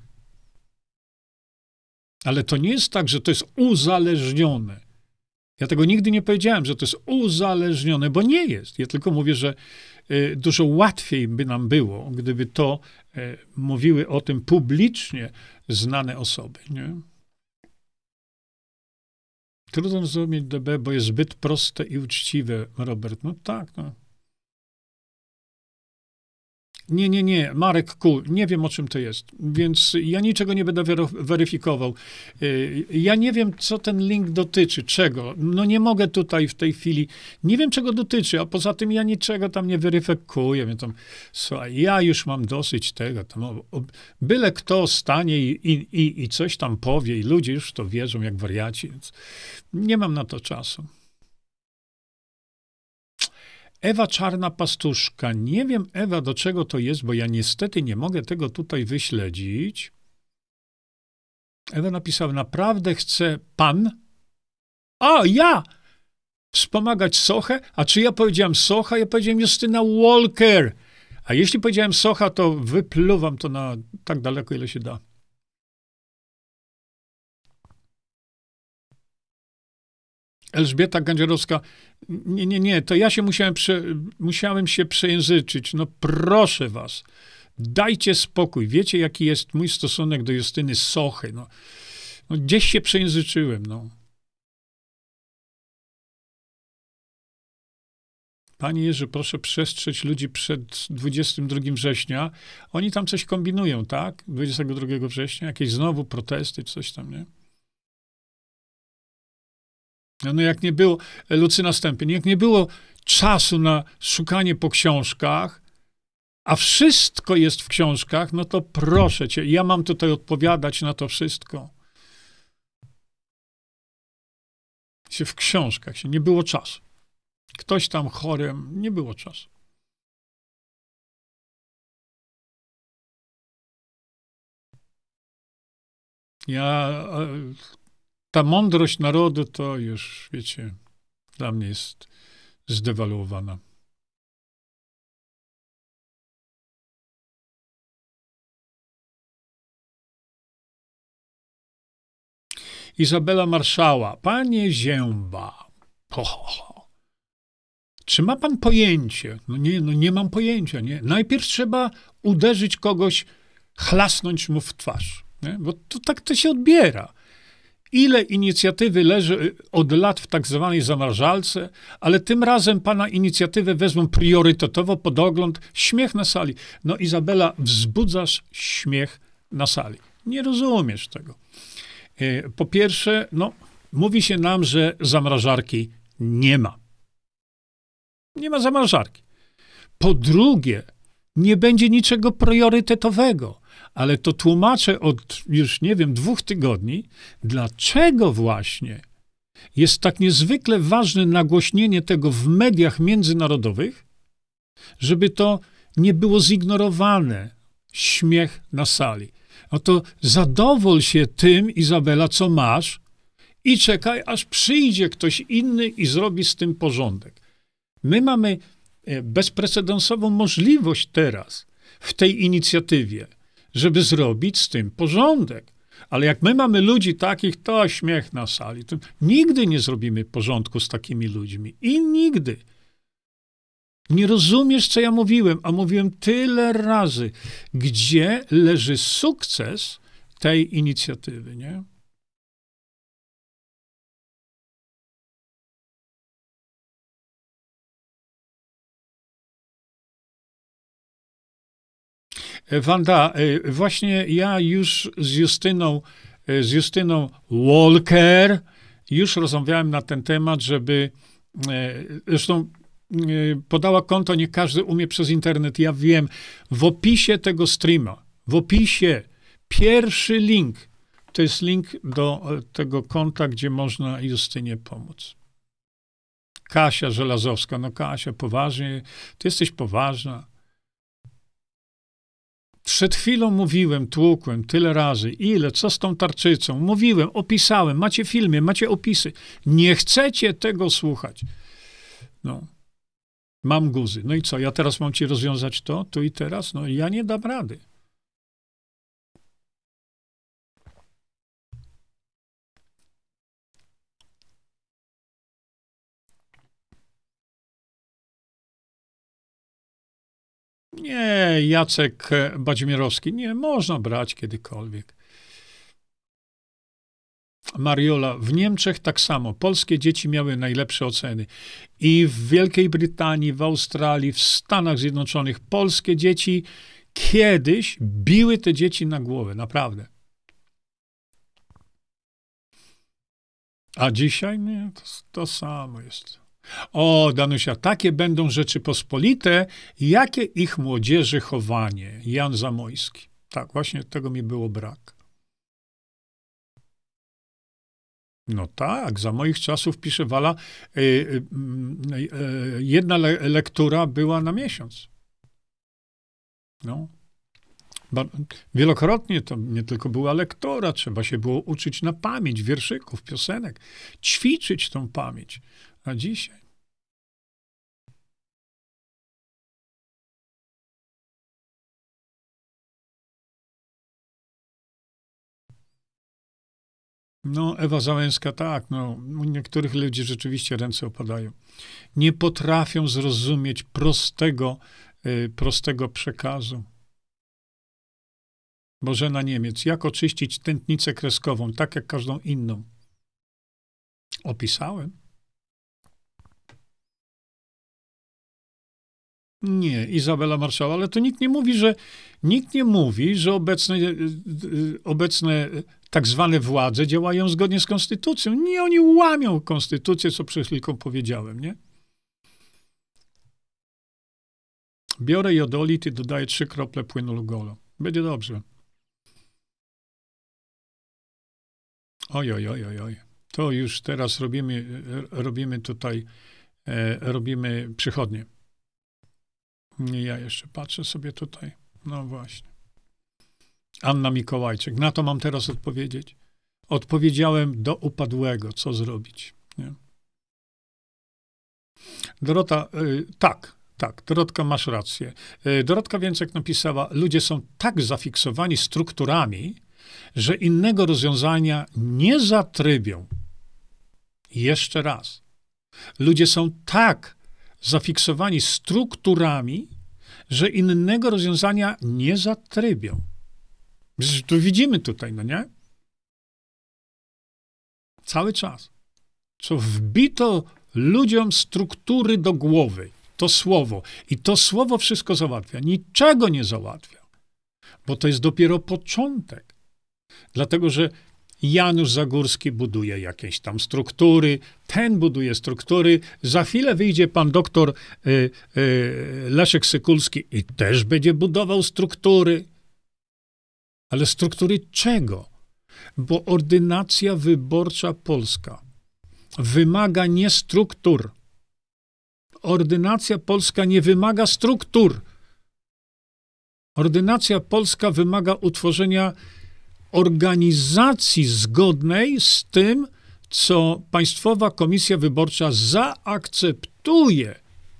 Ale to nie jest tak, że to jest uzależnione. Ja tego nigdy nie powiedziałem, że to jest uzależnione, bo nie jest. Ja tylko mówię, że dużo łatwiej by nam było, gdyby to mówiły o tym publicznie znane osoby. Nie? Trudno zrozumieć DB, bo jest zbyt proste i uczciwe, Robert. No tak, no. Nie, Marek Kul, nie wiem, o czym to jest, więc ja niczego nie będę weryfikował. Ja nie wiem, co ten link dotyczy, czego. No nie mogę tutaj w tej chwili, nie wiem, czego dotyczy, a poza tym ja niczego tam nie weryfikuję. Ja tam, słuchaj, ja już mam dosyć tego, tam, byle kto stanie i coś tam powie i ludzie już w to wierzą jak wariaci, więc nie mam na to czasu. Ewa Czarna Pastuszka. Nie wiem, Ewa, do czego to jest, bo ja niestety nie mogę tego tutaj wyśledzić. Ewa napisała, naprawdę chce pan? A, ja! Wspomagać Sochę? A czy ja powiedziałem Socha? Ja powiedziałem Justyna Walker. A jeśli powiedziałem Socha, to wypluwam to na tak daleko, ile się da. Elżbieta Gandziarowska, nie, to ja się musiałem się przejęzyczyć. No proszę was, dajcie spokój. Wiecie, jaki jest mój stosunek do Justyny Sochy. No gdzieś się przejęzyczyłem, no. Panie Jerzy, proszę przestrzec ludzi przed 22 września. Oni tam coś kombinują, tak? 22 września, jakieś znowu protesty, coś tam, nie? No jak nie było, Lucyna Stępień, jak nie było czasu na szukanie po książkach, a wszystko jest w książkach, no to proszę cię, ja mam tutaj odpowiadać na to wszystko. W książkach się nie było czasu. Ktoś tam chorym, nie było czasu. Ta mądrość narodu to już, wiecie, dla mnie jest zdewaluowana. Izabela Marszała. Panie Zięba. Czy ma pan pojęcie? No nie mam pojęcia, nie? Najpierw trzeba uderzyć kogoś, chlasnąć mu w twarz, nie? Bo to tak to się odbiera. Ile inicjatywy leży od lat w tak zwanej zamrażalce, ale tym razem pana inicjatywę wezmą priorytetowo pod ogląd, śmiech na sali. No Izabela, wzbudzasz śmiech na sali. Nie rozumiesz tego. Po pierwsze, no, mówi się nam, że zamrażarki nie ma. Nie ma zamrażarki. Po drugie, nie będzie niczego priorytetowego, ale to tłumaczę od już, nie wiem, 2 tygodni, dlaczego właśnie jest tak niezwykle ważne nagłośnienie tego w mediach międzynarodowych, żeby to nie było zignorowane. Śmiech na sali. No to zadowol się tym, Izabela, co masz i czekaj, aż przyjdzie ktoś inny i zrobi z tym porządek. My mamy bezprecedensową możliwość teraz w tej inicjatywie, żeby zrobić z tym porządek. Ale jak my mamy ludzi takich, to śmiech na sali. To nigdy nie zrobimy porządku z takimi ludźmi. I nigdy. Nie rozumiesz, co ja mówiłem, a mówiłem tyle razy, gdzie leży sukces tej inicjatywy, nie? Wanda, właśnie ja już z Justyną Walker już rozmawiałem na ten temat, żeby, zresztą podała konto, nie każdy umie przez internet, ja wiem, w opisie tego streama, w opisie, pierwszy link, to jest link do tego konta, gdzie można Justynie pomóc. Kasia Żelazowska, no Kasia, poważnie, ty jesteś poważna. Przed chwilą mówiłem, tłukłem tyle razy, co z tą tarczycą, mówiłem, opisałem, macie filmy, macie opisy. Nie chcecie tego słuchać. No, mam guzy. No i co, ja teraz mam ci rozwiązać to, tu i teraz? No ja nie dam rady. Nie, Jacek Badzimierowski, nie można brać kiedykolwiek. Mariola, w Niemczech tak samo. Polskie dzieci miały najlepsze oceny. I w Wielkiej Brytanii, w Australii, w Stanach Zjednoczonych polskie dzieci kiedyś biły te dzieci na głowę, naprawdę. A dzisiaj nie, to samo jest. O, Danusia, takie będą Rzeczypospolite, jakie ich młodzieży chowanie. Jan Zamojski. Tak, właśnie tego mi było brak. No tak, za moich czasów, pisze Wala, jedna lektura była na miesiąc. No. Wielokrotnie to nie tylko była lektura, trzeba się było uczyć na pamięć wierszyków, piosenek, ćwiczyć tą pamięć. A dzisiaj? No, Ewa Załęska, tak, no, u niektórych ludzi rzeczywiście ręce opadają. Nie potrafią zrozumieć prostego przekazu. Bożena Niemiec, jak oczyścić tętnicę kreskową, tak jak każdą inną. Opisałem. Nie, Izabela Marszała, ale to nikt nie mówi, że obecne tak zwane władze działają zgodnie z konstytucją. Nie, oni łamią konstytucję, co przed chwilką powiedziałem, nie? Biorę jodolit i dodaję 3 krople płynu Lugolo. Będzie dobrze. Oj. To już teraz robimy tutaj, robimy przychodnie. Ja jeszcze patrzę sobie tutaj. No właśnie. Anna Mikołajczyk. Na to mam teraz odpowiedzieć. Odpowiedziałem do upadłego, co zrobić. Nie? Dorota, tak, Dorotka, masz rację. Dorotka Więcek napisała, ludzie są tak zafiksowani strukturami, że innego rozwiązania nie zatrybią. Jeszcze raz. Ludzie są tak zafiksowani strukturami, że innego rozwiązania nie zatrybią. To widzimy tutaj, no nie? Cały czas. Co wbito ludziom struktury do głowy. To słowo. I to słowo wszystko załatwia. Niczego nie załatwia. Bo to jest dopiero początek. Dlatego, że Janusz Zagórski buduje jakieś tam struktury, ten buduje struktury. Za chwilę wyjdzie pan doktor Leszek Sykulski i też będzie budował struktury. Ale struktury czego? Bo ordynacja wyborcza polska wymaga nie struktur. Ordynacja polska nie wymaga struktur. Ordynacja polska wymaga utworzenia organizacji zgodnej z tym, co Państwowa Komisja Wyborcza zaakceptuje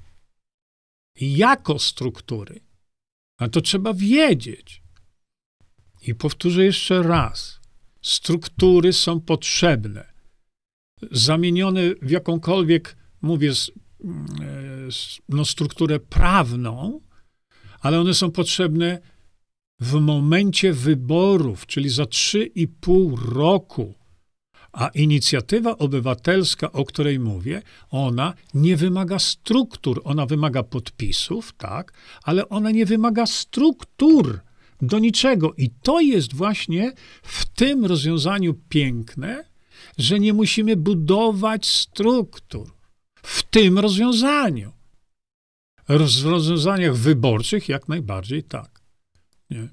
jako struktury. A to trzeba wiedzieć. I powtórzę jeszcze raz. Struktury są potrzebne. Zamienione w jakąkolwiek, mówię, strukturę prawną, ale one są potrzebne w momencie wyborów, czyli za 3,5 roku. A inicjatywa obywatelska, o której mówię, ona nie wymaga struktur. Ona wymaga podpisów, tak, ale ona nie wymaga struktur do niczego. I to jest właśnie w tym rozwiązaniu piękne, że nie musimy budować struktur. W tym rozwiązaniu. W rozwiązaniach wyborczych jak najbardziej tak. Nie.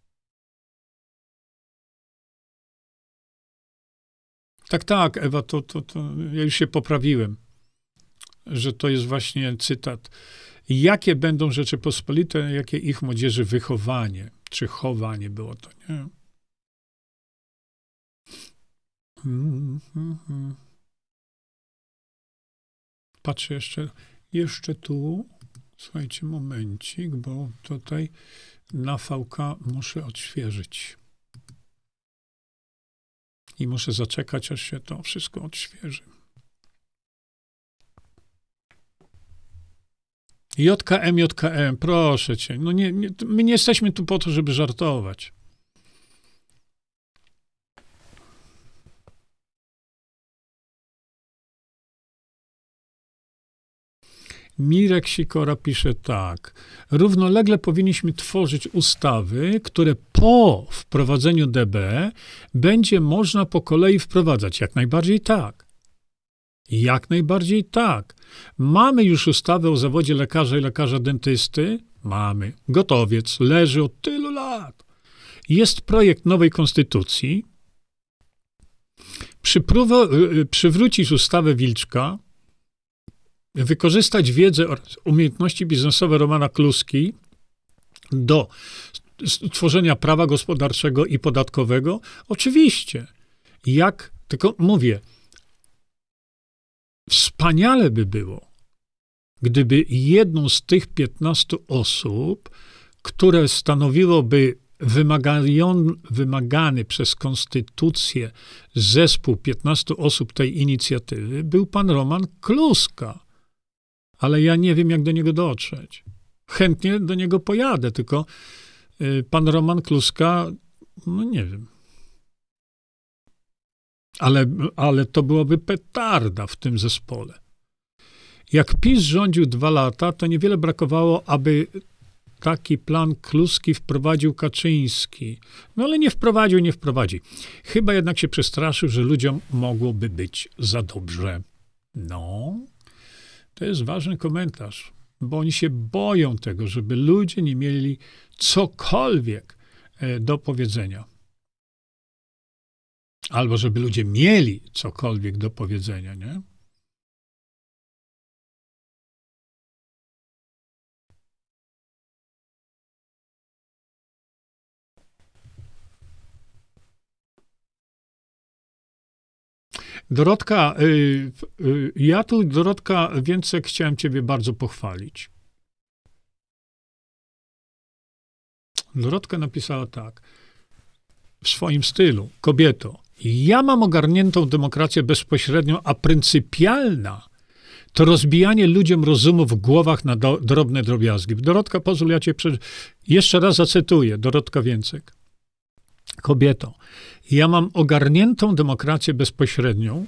Tak, Ewa, to ja już się poprawiłem, że to jest właśnie cytat. Jakie będą Rzeczypospolite, jakie ich młodzieży wychowanie, czy chowanie było to, nie? Patrzę jeszcze tu. Słuchajcie, momencik, bo tutaj na VK muszę odświeżyć. I muszę zaczekać, aż się to wszystko odświeży. JKM, proszę cię. No my nie jesteśmy tu po to, żeby żartować. Mirek Sikora pisze tak. Równolegle powinniśmy tworzyć ustawy, które po wprowadzeniu DB będzie można po kolei wprowadzać. Jak najbardziej tak. Jak najbardziej tak. Mamy już ustawę o zawodzie lekarza i lekarza dentysty? Mamy. Gotowiec. Leży od tylu lat. Jest projekt nowej konstytucji. Przywrócić ustawę Wilczka, wykorzystać wiedzę oraz umiejętności biznesowe Romana Kluski do tworzenia prawa gospodarczego i podatkowego? Oczywiście. Tylko mówię, wspaniale by było, gdyby jedną z tych 15 osób, które stanowiłoby wymagany przez konstytucję zespół 15 osób tej inicjatywy był pan Roman Kluska. Ale ja nie wiem, jak do niego dotrzeć. Chętnie do niego pojadę, tylko pan Roman Kluska, no nie wiem. Ale to byłaby petarda w tym zespole. Jak PiS rządził 2 lata, to niewiele brakowało, aby taki plan Kluski wprowadził Kaczyński. No ale nie wprowadzi. Chyba jednak się przestraszył, że ludziom mogłoby być za dobrze. No, to jest ważny komentarz, bo oni się boją tego, żeby ludzie nie mieli cokolwiek do powiedzenia. Albo żeby ludzie mieli cokolwiek do powiedzenia, nie? Dorotka, ja tu, Dorotka Więcek, chciałem ciebie bardzo pochwalić. Dorotka napisała tak, w swoim stylu, kobieto, ja mam ogarniętą demokrację bezpośrednią, a pryncypialna to rozbijanie ludziom rozumu w głowach na drobne drobiazgi. Dorotka, pozwól, ja cię jeszcze raz zacytuję, Dorotka Więcek. Kobieto, ja mam ogarniętą demokrację bezpośrednią,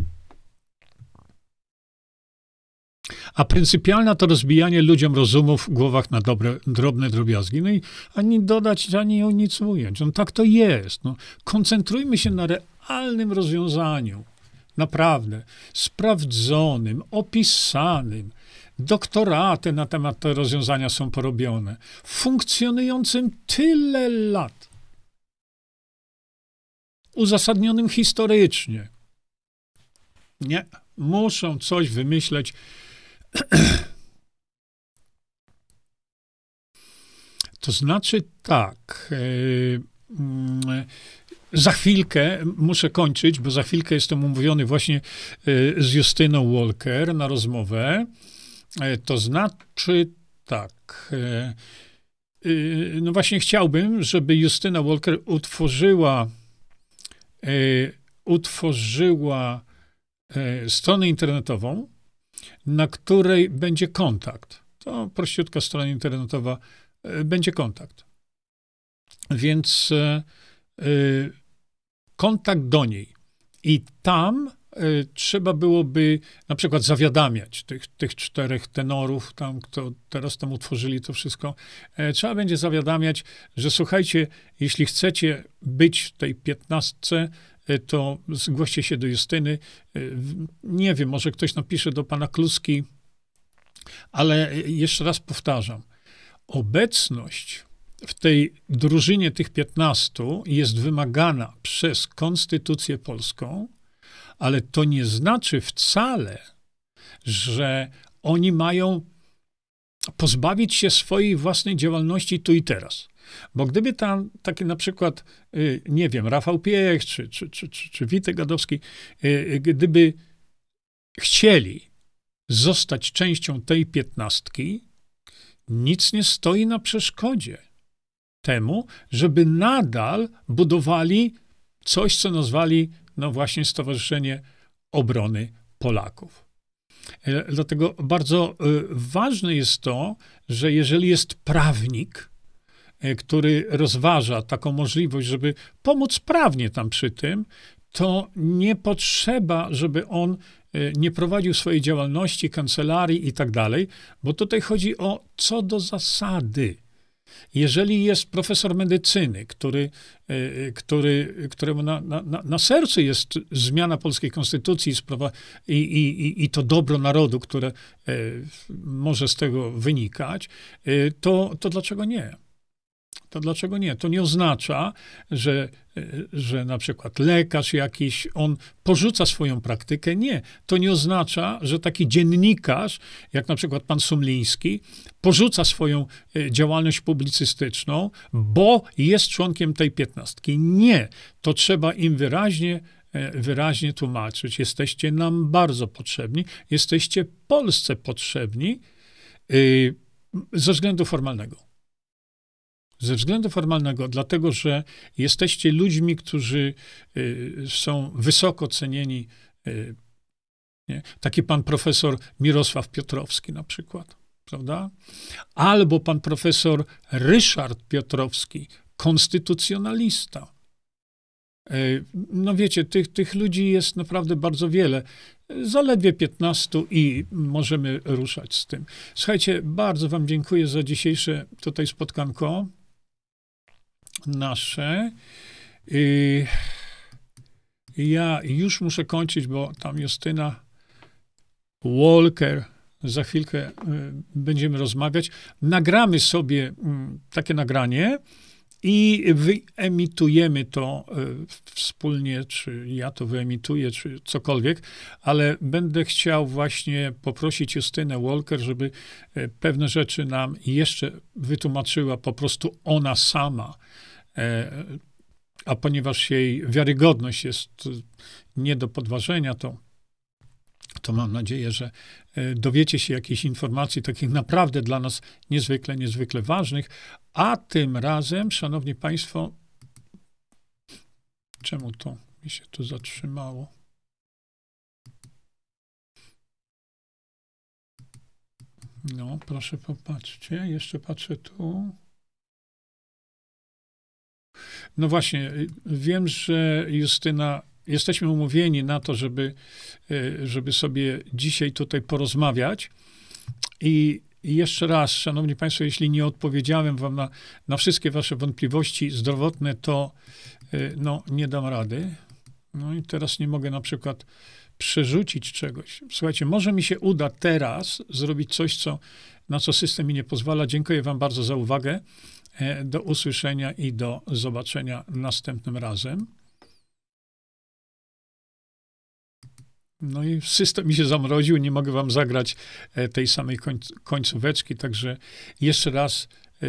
a pryncypialna to rozbijanie ludziom rozumu w głowach na drobne drobiazgi. No i ani dodać, ani nic ująć. No tak to jest. No, koncentrujmy się na realnym rozwiązaniu. Naprawdę. Sprawdzonym, opisanym. Doktoraty na temat tego rozwiązania są porobione. Funkcjonującym tyle lat. Uzasadnionym historycznie. Nie. Muszą coś wymyśleć. To znaczy tak, za chwilkę muszę kończyć, bo za chwilkę jestem umówiony właśnie z Justyną Walker na rozmowę. To znaczy tak, no właśnie chciałbym, żeby Justyna Walker utworzyła stronę internetową, na której będzie kontakt. To prościutka strona internetowa, będzie kontakt. Więc kontakt do niej. I tam trzeba byłoby na przykład zawiadamiać tych 4 tenorów, tam, kto teraz tam utworzyli to wszystko. Trzeba będzie zawiadamiać, że słuchajcie, jeśli chcecie być w tej 15, to zgłoście się do Justyny. Nie wiem, może ktoś napisze do pana Kluski, ale jeszcze raz powtarzam, obecność w tej drużynie tych 15 jest wymagana przez Konstytucję Polską, ale to nie znaczy wcale, że oni mają pozbawić się swojej własnej działalności tu i teraz. Bo gdyby tam taki na przykład, nie wiem, Rafał Piech czy Witek Gadowski, gdyby chcieli zostać częścią tej 15, nic nie stoi na przeszkodzie temu, żeby nadal budowali coś, co nazwali, no właśnie, Stowarzyszenie Obrony Polaków. Dlatego bardzo ważne jest to, że jeżeli jest prawnik, który rozważa taką możliwość, żeby pomóc prawnie tam przy tym, to nie potrzeba, żeby on nie prowadził swojej działalności, kancelarii i tak dalej, bo tutaj chodzi o co do zasady. Jeżeli jest profesor medycyny, któremu na sercu jest zmiana polskiej konstytucji i to dobro narodu, które może z tego wynikać, to dlaczego nie? To dlaczego nie? To nie oznacza, że na przykład lekarz jakiś, on porzuca swoją praktykę. Nie. To nie oznacza, że taki dziennikarz, jak na przykład pan Sumliński, porzuca swoją działalność publicystyczną, bo jest członkiem tej 15. Nie. To trzeba im wyraźnie tłumaczyć. Jesteście nam bardzo potrzebni, jesteście Polsce potrzebni ze względu formalnego. Ze względu formalnego, dlatego że jesteście ludźmi, którzy są wysoko cenieni. Nie? Taki pan profesor Mirosław Piotrowski na przykład, prawda? Albo pan profesor Ryszard Piotrowski, konstytucjonalista. No wiecie, tych ludzi jest naprawdę bardzo wiele. Zaledwie 15 i możemy ruszać z tym. Słuchajcie, bardzo wam dziękuję za dzisiejsze tutaj spotkanko nasze. Ja już muszę kończyć, bo tam Justyna Walker, za chwilkę będziemy rozmawiać. Nagramy sobie takie nagranie i wyemitujemy to wspólnie, czy ja to wyemituję, czy cokolwiek, ale będę chciał właśnie poprosić Justynę Walker, żeby pewne rzeczy nam jeszcze wytłumaczyła po prostu ona sama. A ponieważ jej wiarygodność jest nie do podważenia, to mam nadzieję, że dowiecie się jakichś informacji takich naprawdę dla nas niezwykle, niezwykle ważnych. A tym razem, szanowni państwo, czemu to mi się tu zatrzymało? No, proszę popatrzcie, jeszcze patrzę tu. No właśnie, wiem, że Justyna, jesteśmy umówieni na to, żeby sobie dzisiaj tutaj porozmawiać. I jeszcze raz, szanowni państwo, jeśli nie odpowiedziałem wam na wszystkie wasze wątpliwości zdrowotne, to no, nie dam rady. No i teraz nie mogę na przykład przerzucić czegoś. Słuchajcie, może mi się uda teraz zrobić coś, na co system mi nie pozwala. Dziękuję wam bardzo za uwagę. Do usłyszenia i do zobaczenia następnym razem. No i system mi się zamroził, nie mogę wam zagrać tej samej końcóweczki, także jeszcze raz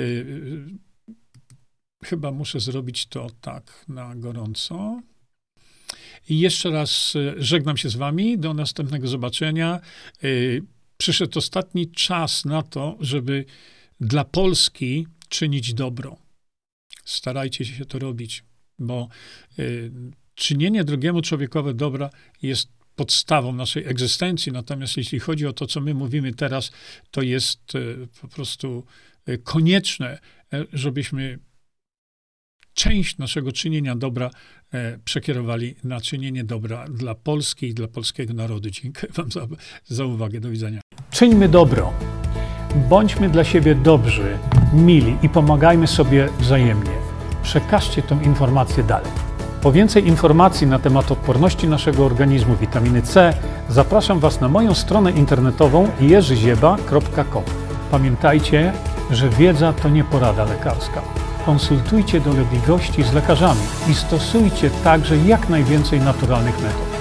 chyba muszę zrobić to tak na gorąco. I jeszcze raz żegnam się z wami, do następnego zobaczenia. Przyszedł ostatni czas na to, żeby dla Polski czynić dobro. Starajcie się to robić, bo czynienie drugiemu człowiekowi dobra jest podstawą naszej egzystencji, natomiast jeśli chodzi o to, co my mówimy teraz, to jest po prostu konieczne, żebyśmy część naszego czynienia dobra przekierowali na czynienie dobra dla Polski i dla polskiego narodu. Dziękuję wam za uwagę. Do widzenia. Czyńmy dobro. Bądźmy dla siebie dobrzy, mili i pomagajmy sobie wzajemnie. Przekażcie tę informację dalej. Po więcej informacji na temat odporności naszego organizmu witaminy C zapraszam was na moją stronę internetową jerzyzieba.com. Pamiętajcie, że wiedza to nie porada lekarska. Konsultujcie dolegliwości z lekarzami i stosujcie także jak najwięcej naturalnych metod.